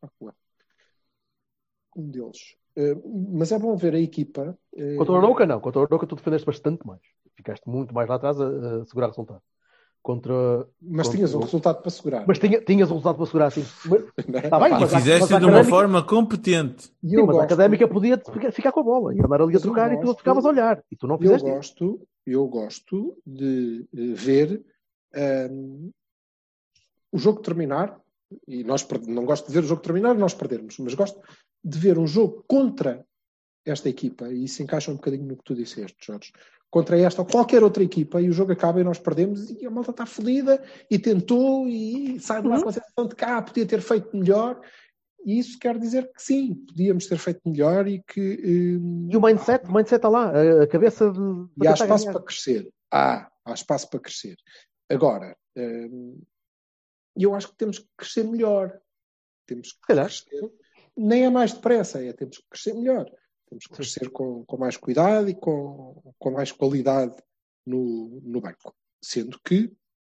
Um deles. Uh, mas é bom ver a equipa. Uh, Contra o Arouca, não. Contra o Arouca tu defendeste bastante mais. Ficaste muito mais lá atrás a, a segurar o resultado. Contra, mas contra tinhas o... um resultado para segurar. Mas tinha, tinhas um resultado para segurar, sim. Mas, tá bem, e mas fizeste mas de uma académica... forma competente. E sim, eu mas gosto... a Académica podia ficar com a bola e andar ali a trocar e tu ficavas a olhar. E tu não fizeste eu gosto, eu gosto de ver um, o jogo terminar, e nós não gosto de ver o jogo terminar e nós perdermos, mas gosto de ver um jogo contra esta equipa, e isso encaixa um bocadinho no que tu disseste, Jorge, contra esta ou qualquer outra equipa, e o jogo acaba e nós perdemos, e a malta está fodida, e tentou, e sai de lá com a sensação de cá, podia ter feito melhor, e isso quer dizer que sim, podíamos ter feito melhor, e que... Hum, e o mindset, o mindset está lá, a cabeça de... E há espaço ganhar. Para crescer. Há, há espaço para crescer. Agora, hum, eu acho que temos que crescer melhor. Temos que crescer... Nem é mais depressa, é temos que crescer melhor. Temos que crescer com, com mais cuidado e com, com mais qualidade no, no banco. Sendo que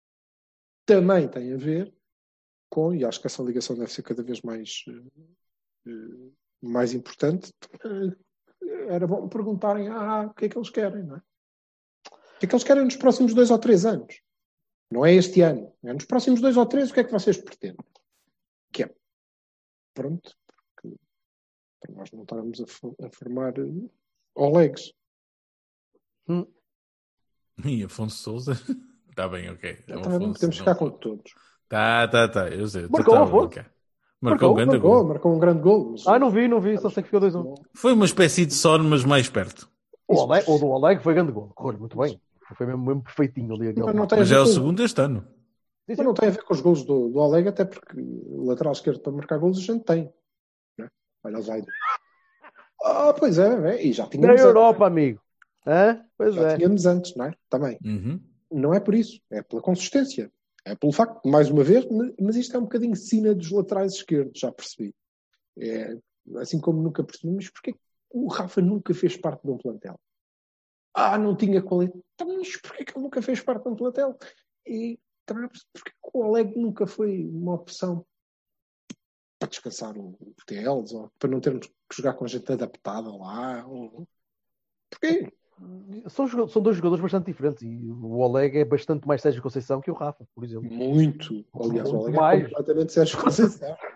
também tem a ver com, e acho que essa ligação deve ser cada vez mais, uh, mais importante, uh, era bom perguntarem ah, o que é que eles querem, não é? O que é que eles querem nos próximos dois ou três anos? Não é este ano. É nos próximos dois ou três, o que é que vocês pretendem? Que é, pronto, para nós não estarmos a, a formar uh, Olegs. Hum. E Afonso Sousa? Está bem, ok. Tá bem, podemos ficar com todos. Tá, tá, tá. Eu sei. Marcou o Afonso? Marcou, marcou, um grande marcou, gol. marcou um grande gol. Mas... Ah, não vi, não vi. Só sei que ficou dois a um. Foi uma espécie de sono, mas mais perto. O, Oleg, o do Oleg foi grande gol. Correu muito bem. Foi mesmo, mesmo perfeitinho ali. Mas, não mas é o segundo este ano. Mas não tem a ver com os golos do, do Oleg, até porque o lateral esquerdo para marcar golos a gente tem. Né? Olha o Zaid. Ah, pois é, é, e já tínhamos na Europa, antes. Amigo. Hã? Pois já é. tínhamos antes, não é? Também. Uhum. Não é por isso, é pela consistência. É pelo facto, mais uma vez, mas isto é um bocadinho sina dos laterais esquerdos, já percebi. É, assim como nunca percebi, mas porquê o Rafa nunca fez parte de um plantel? Ah, não tinha qualidade. Mas porquê que ele nunca fez parte de um plantel? E também porquê que o Oleg nunca foi uma opção para descansar o T Ls, ou para não termos que jogar com gente adaptada lá? Ou... Porquê? São, são dois jogadores bastante diferentes e o Oleg é bastante mais Sérgio Conceição que o Rafa, por exemplo. Muito. Aliás, Muito o Oleg mais. é completamente Sérgio Conceição.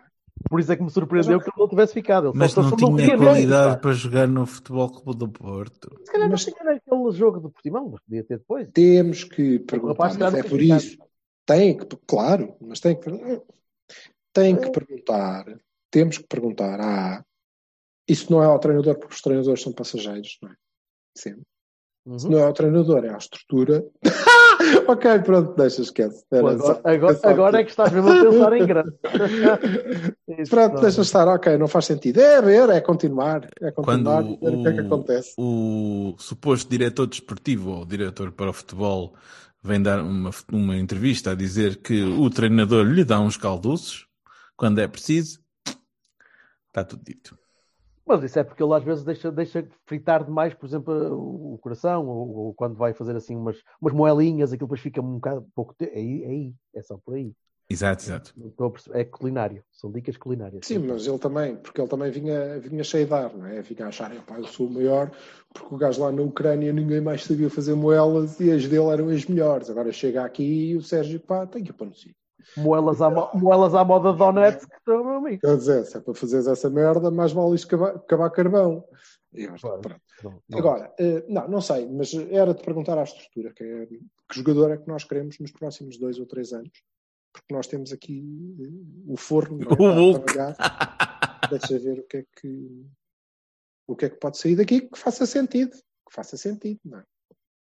Por isso é que me surpreendeu que ele não tivesse ficado. Ele Mas só- não só tinha queria qualidade mesmo. para jogar no Futebol Clube do Porto. Se calhar Mas- não tinha naquele jogo do Portimão, mas podia ter depois. Temos que perguntar, rapaz, mas claro é que por ficar. isso. Tem que, claro, mas tem que, tem que perguntar. Temos que perguntar. Ah, isso não é ao treinador, porque os treinadores são passageiros, não é? Sim. Uhum. Se não é ao treinador, é à estrutura. Ok, pronto, deixa, esquece. Pô, Era agora, só- agora, só agora é aqui. que estás mesmo a pensar em grande. Isso Pronto, não. deixa estar, ok, não faz sentido. É ver, é continuar. É Quando continuar e ver o que é que acontece. o suposto diretor desportivo ou diretor para o futebol vem dar uma, uma entrevista a dizer que o treinador lhe dá uns calduços quando é preciso, está tudo dito. Mas isso é porque ele às vezes deixa, deixa fritar demais, por exemplo, o coração, ou, ou quando vai fazer assim umas, umas moelinhas, aquilo depois fica um bocado pouco tempo. É aí, é aí, é só por aí. Exato, exato. Não estou a perceber. É culinário, são dicas culinárias. Sim, mas ele também, porque ele também vinha, vinha cheio de ar, não é? Vinha a achar, pá, eu sou o maior, porque o gajo lá na Ucrânia ninguém mais sabia fazer moelas e as dele eram as melhores. Agora chega aqui e o Sérgio, pá, tem que ir para no sítio. Moelas à, mo- moelas à moda de Donetsk, estão, meu amigo. Quer dizer, se é para fazeres essa merda, mais vale escavar, cavar carvão. E eu, Pois. pronto. Não, não. Agora, eh, não, não sei, mas era de perguntar à estrutura, que, é, que jogador é que nós queremos nos próximos dois ou três anos, porque nós temos aqui eh, o forno, não é, O para Hulk. trabalhar. Deixa ver o que é que o que é que pode sair daqui que faça sentido, que faça sentido, não é?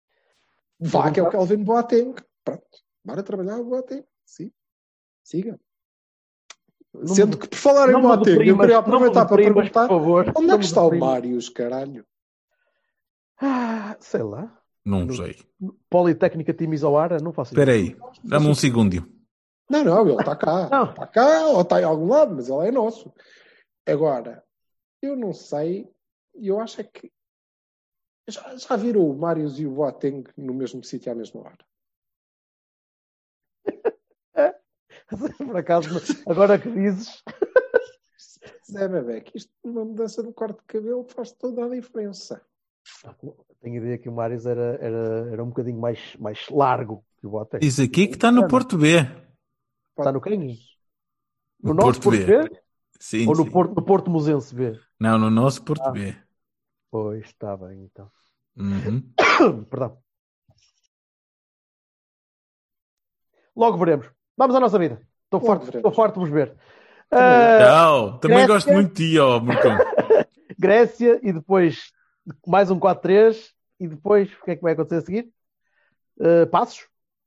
Vá, que é o Kelvin Boateng. Pronto, bora trabalhar o Boateng, sim. Siga. Não Sendo me- que, por falar em não me Boateng, eu deprimas, queria não me aproveitar para deprimas, perguntar por favor. onde Não é me que está o deprimas. Mários, caralho? Ah, sei lá. Não No- sei. Politécnica Timisoara, não faço Espera ideia. aí, dá-me um segundinho. Não, não, ele está cá. Não. Está cá ou está em algum lado, mas ele é nosso. Agora, eu não sei, eu acho é que já, já viram o Mários e o Boateng no mesmo sítio à mesma hora? Por acaso, agora que dizes. Zé Bebé, que isto, uma mudança no corte de cabelo faz toda a diferença. Tenho a ideia que o Marius era, era, era um bocadinho mais, mais largo que o Boateng. Diz aqui que está no Porto B. Está no quem? No, No nosso Porto Porto B. B? Sim, Ou no sim. Porto, no Porto Musense B? Não, no nosso Porto Ah. B. Pois, está bem, então. Uhum. Perdão. Logo veremos. Vamos à nossa vida. Estou Logo farto, veremos. estou farto de vos ver. Também Ah, Tchau. Também Grécia. gosto muito de ti, ó, Marcão. Grécia e depois mais um quatro três e depois o que é que vai acontecer a seguir? Ah, Passos?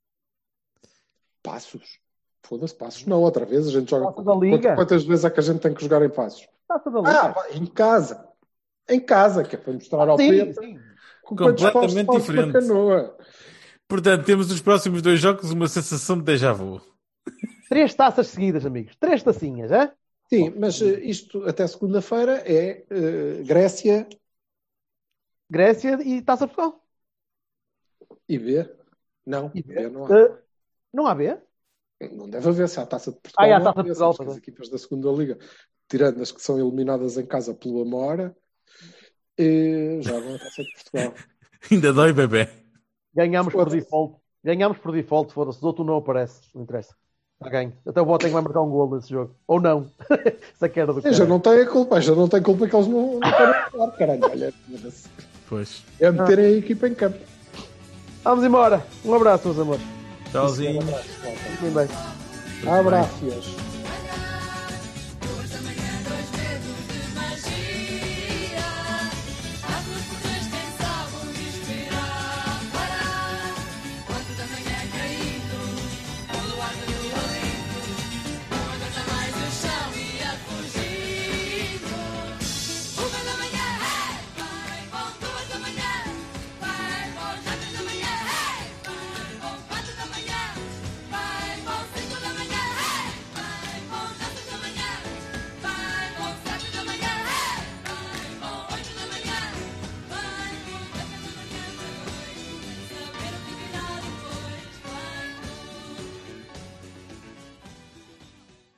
Passos. Foda-se, Passos. Não, outra vez a gente joga. Taça da Liga. Quantas, quantas vezes é que a gente tem que jogar em Passos? Taça da Ah, Liga. vai, em casa. Em casa, que é para mostrar ao sim, Pedro. sim. com quantos paus Completamente se pode diferente. para a canoa. Portanto, temos nos próximos dois jogos uma sensação de déjà vu. Três taças seguidas, amigos. Três tacinhas, é? Sim, mas eh, isto até segunda-feira é eh, Grécia Grécia e Taça de Portugal. e B. Não, E B não há. Ah, não há B? Não deve haver, se há a Taça de Portugal. Ah, e há a não Taça de haver, Portugal, sabes que pois as é. equipas da segunda Liga, tirando as que são eliminadas em casa pelo Amora, eh, jogam a Taça de Portugal. Ainda dói, bebê. Ganhámos por Foda-se. default. Ganhámos por default, foda-se. O outro não aparece. Não interessa. Está ganho. Até o Boateng vai marcar um gol nesse jogo. Ou não. Isso é que era do Eu já cara. não tem a culpa, já não tem culpa que eles não, não querem falar, caralho. Olha, foda-se. Pois. É meterem a equipa em campo. Vamos embora. Um abraço, meus amores. Tchauzinho. Fiquem bem. Abraços.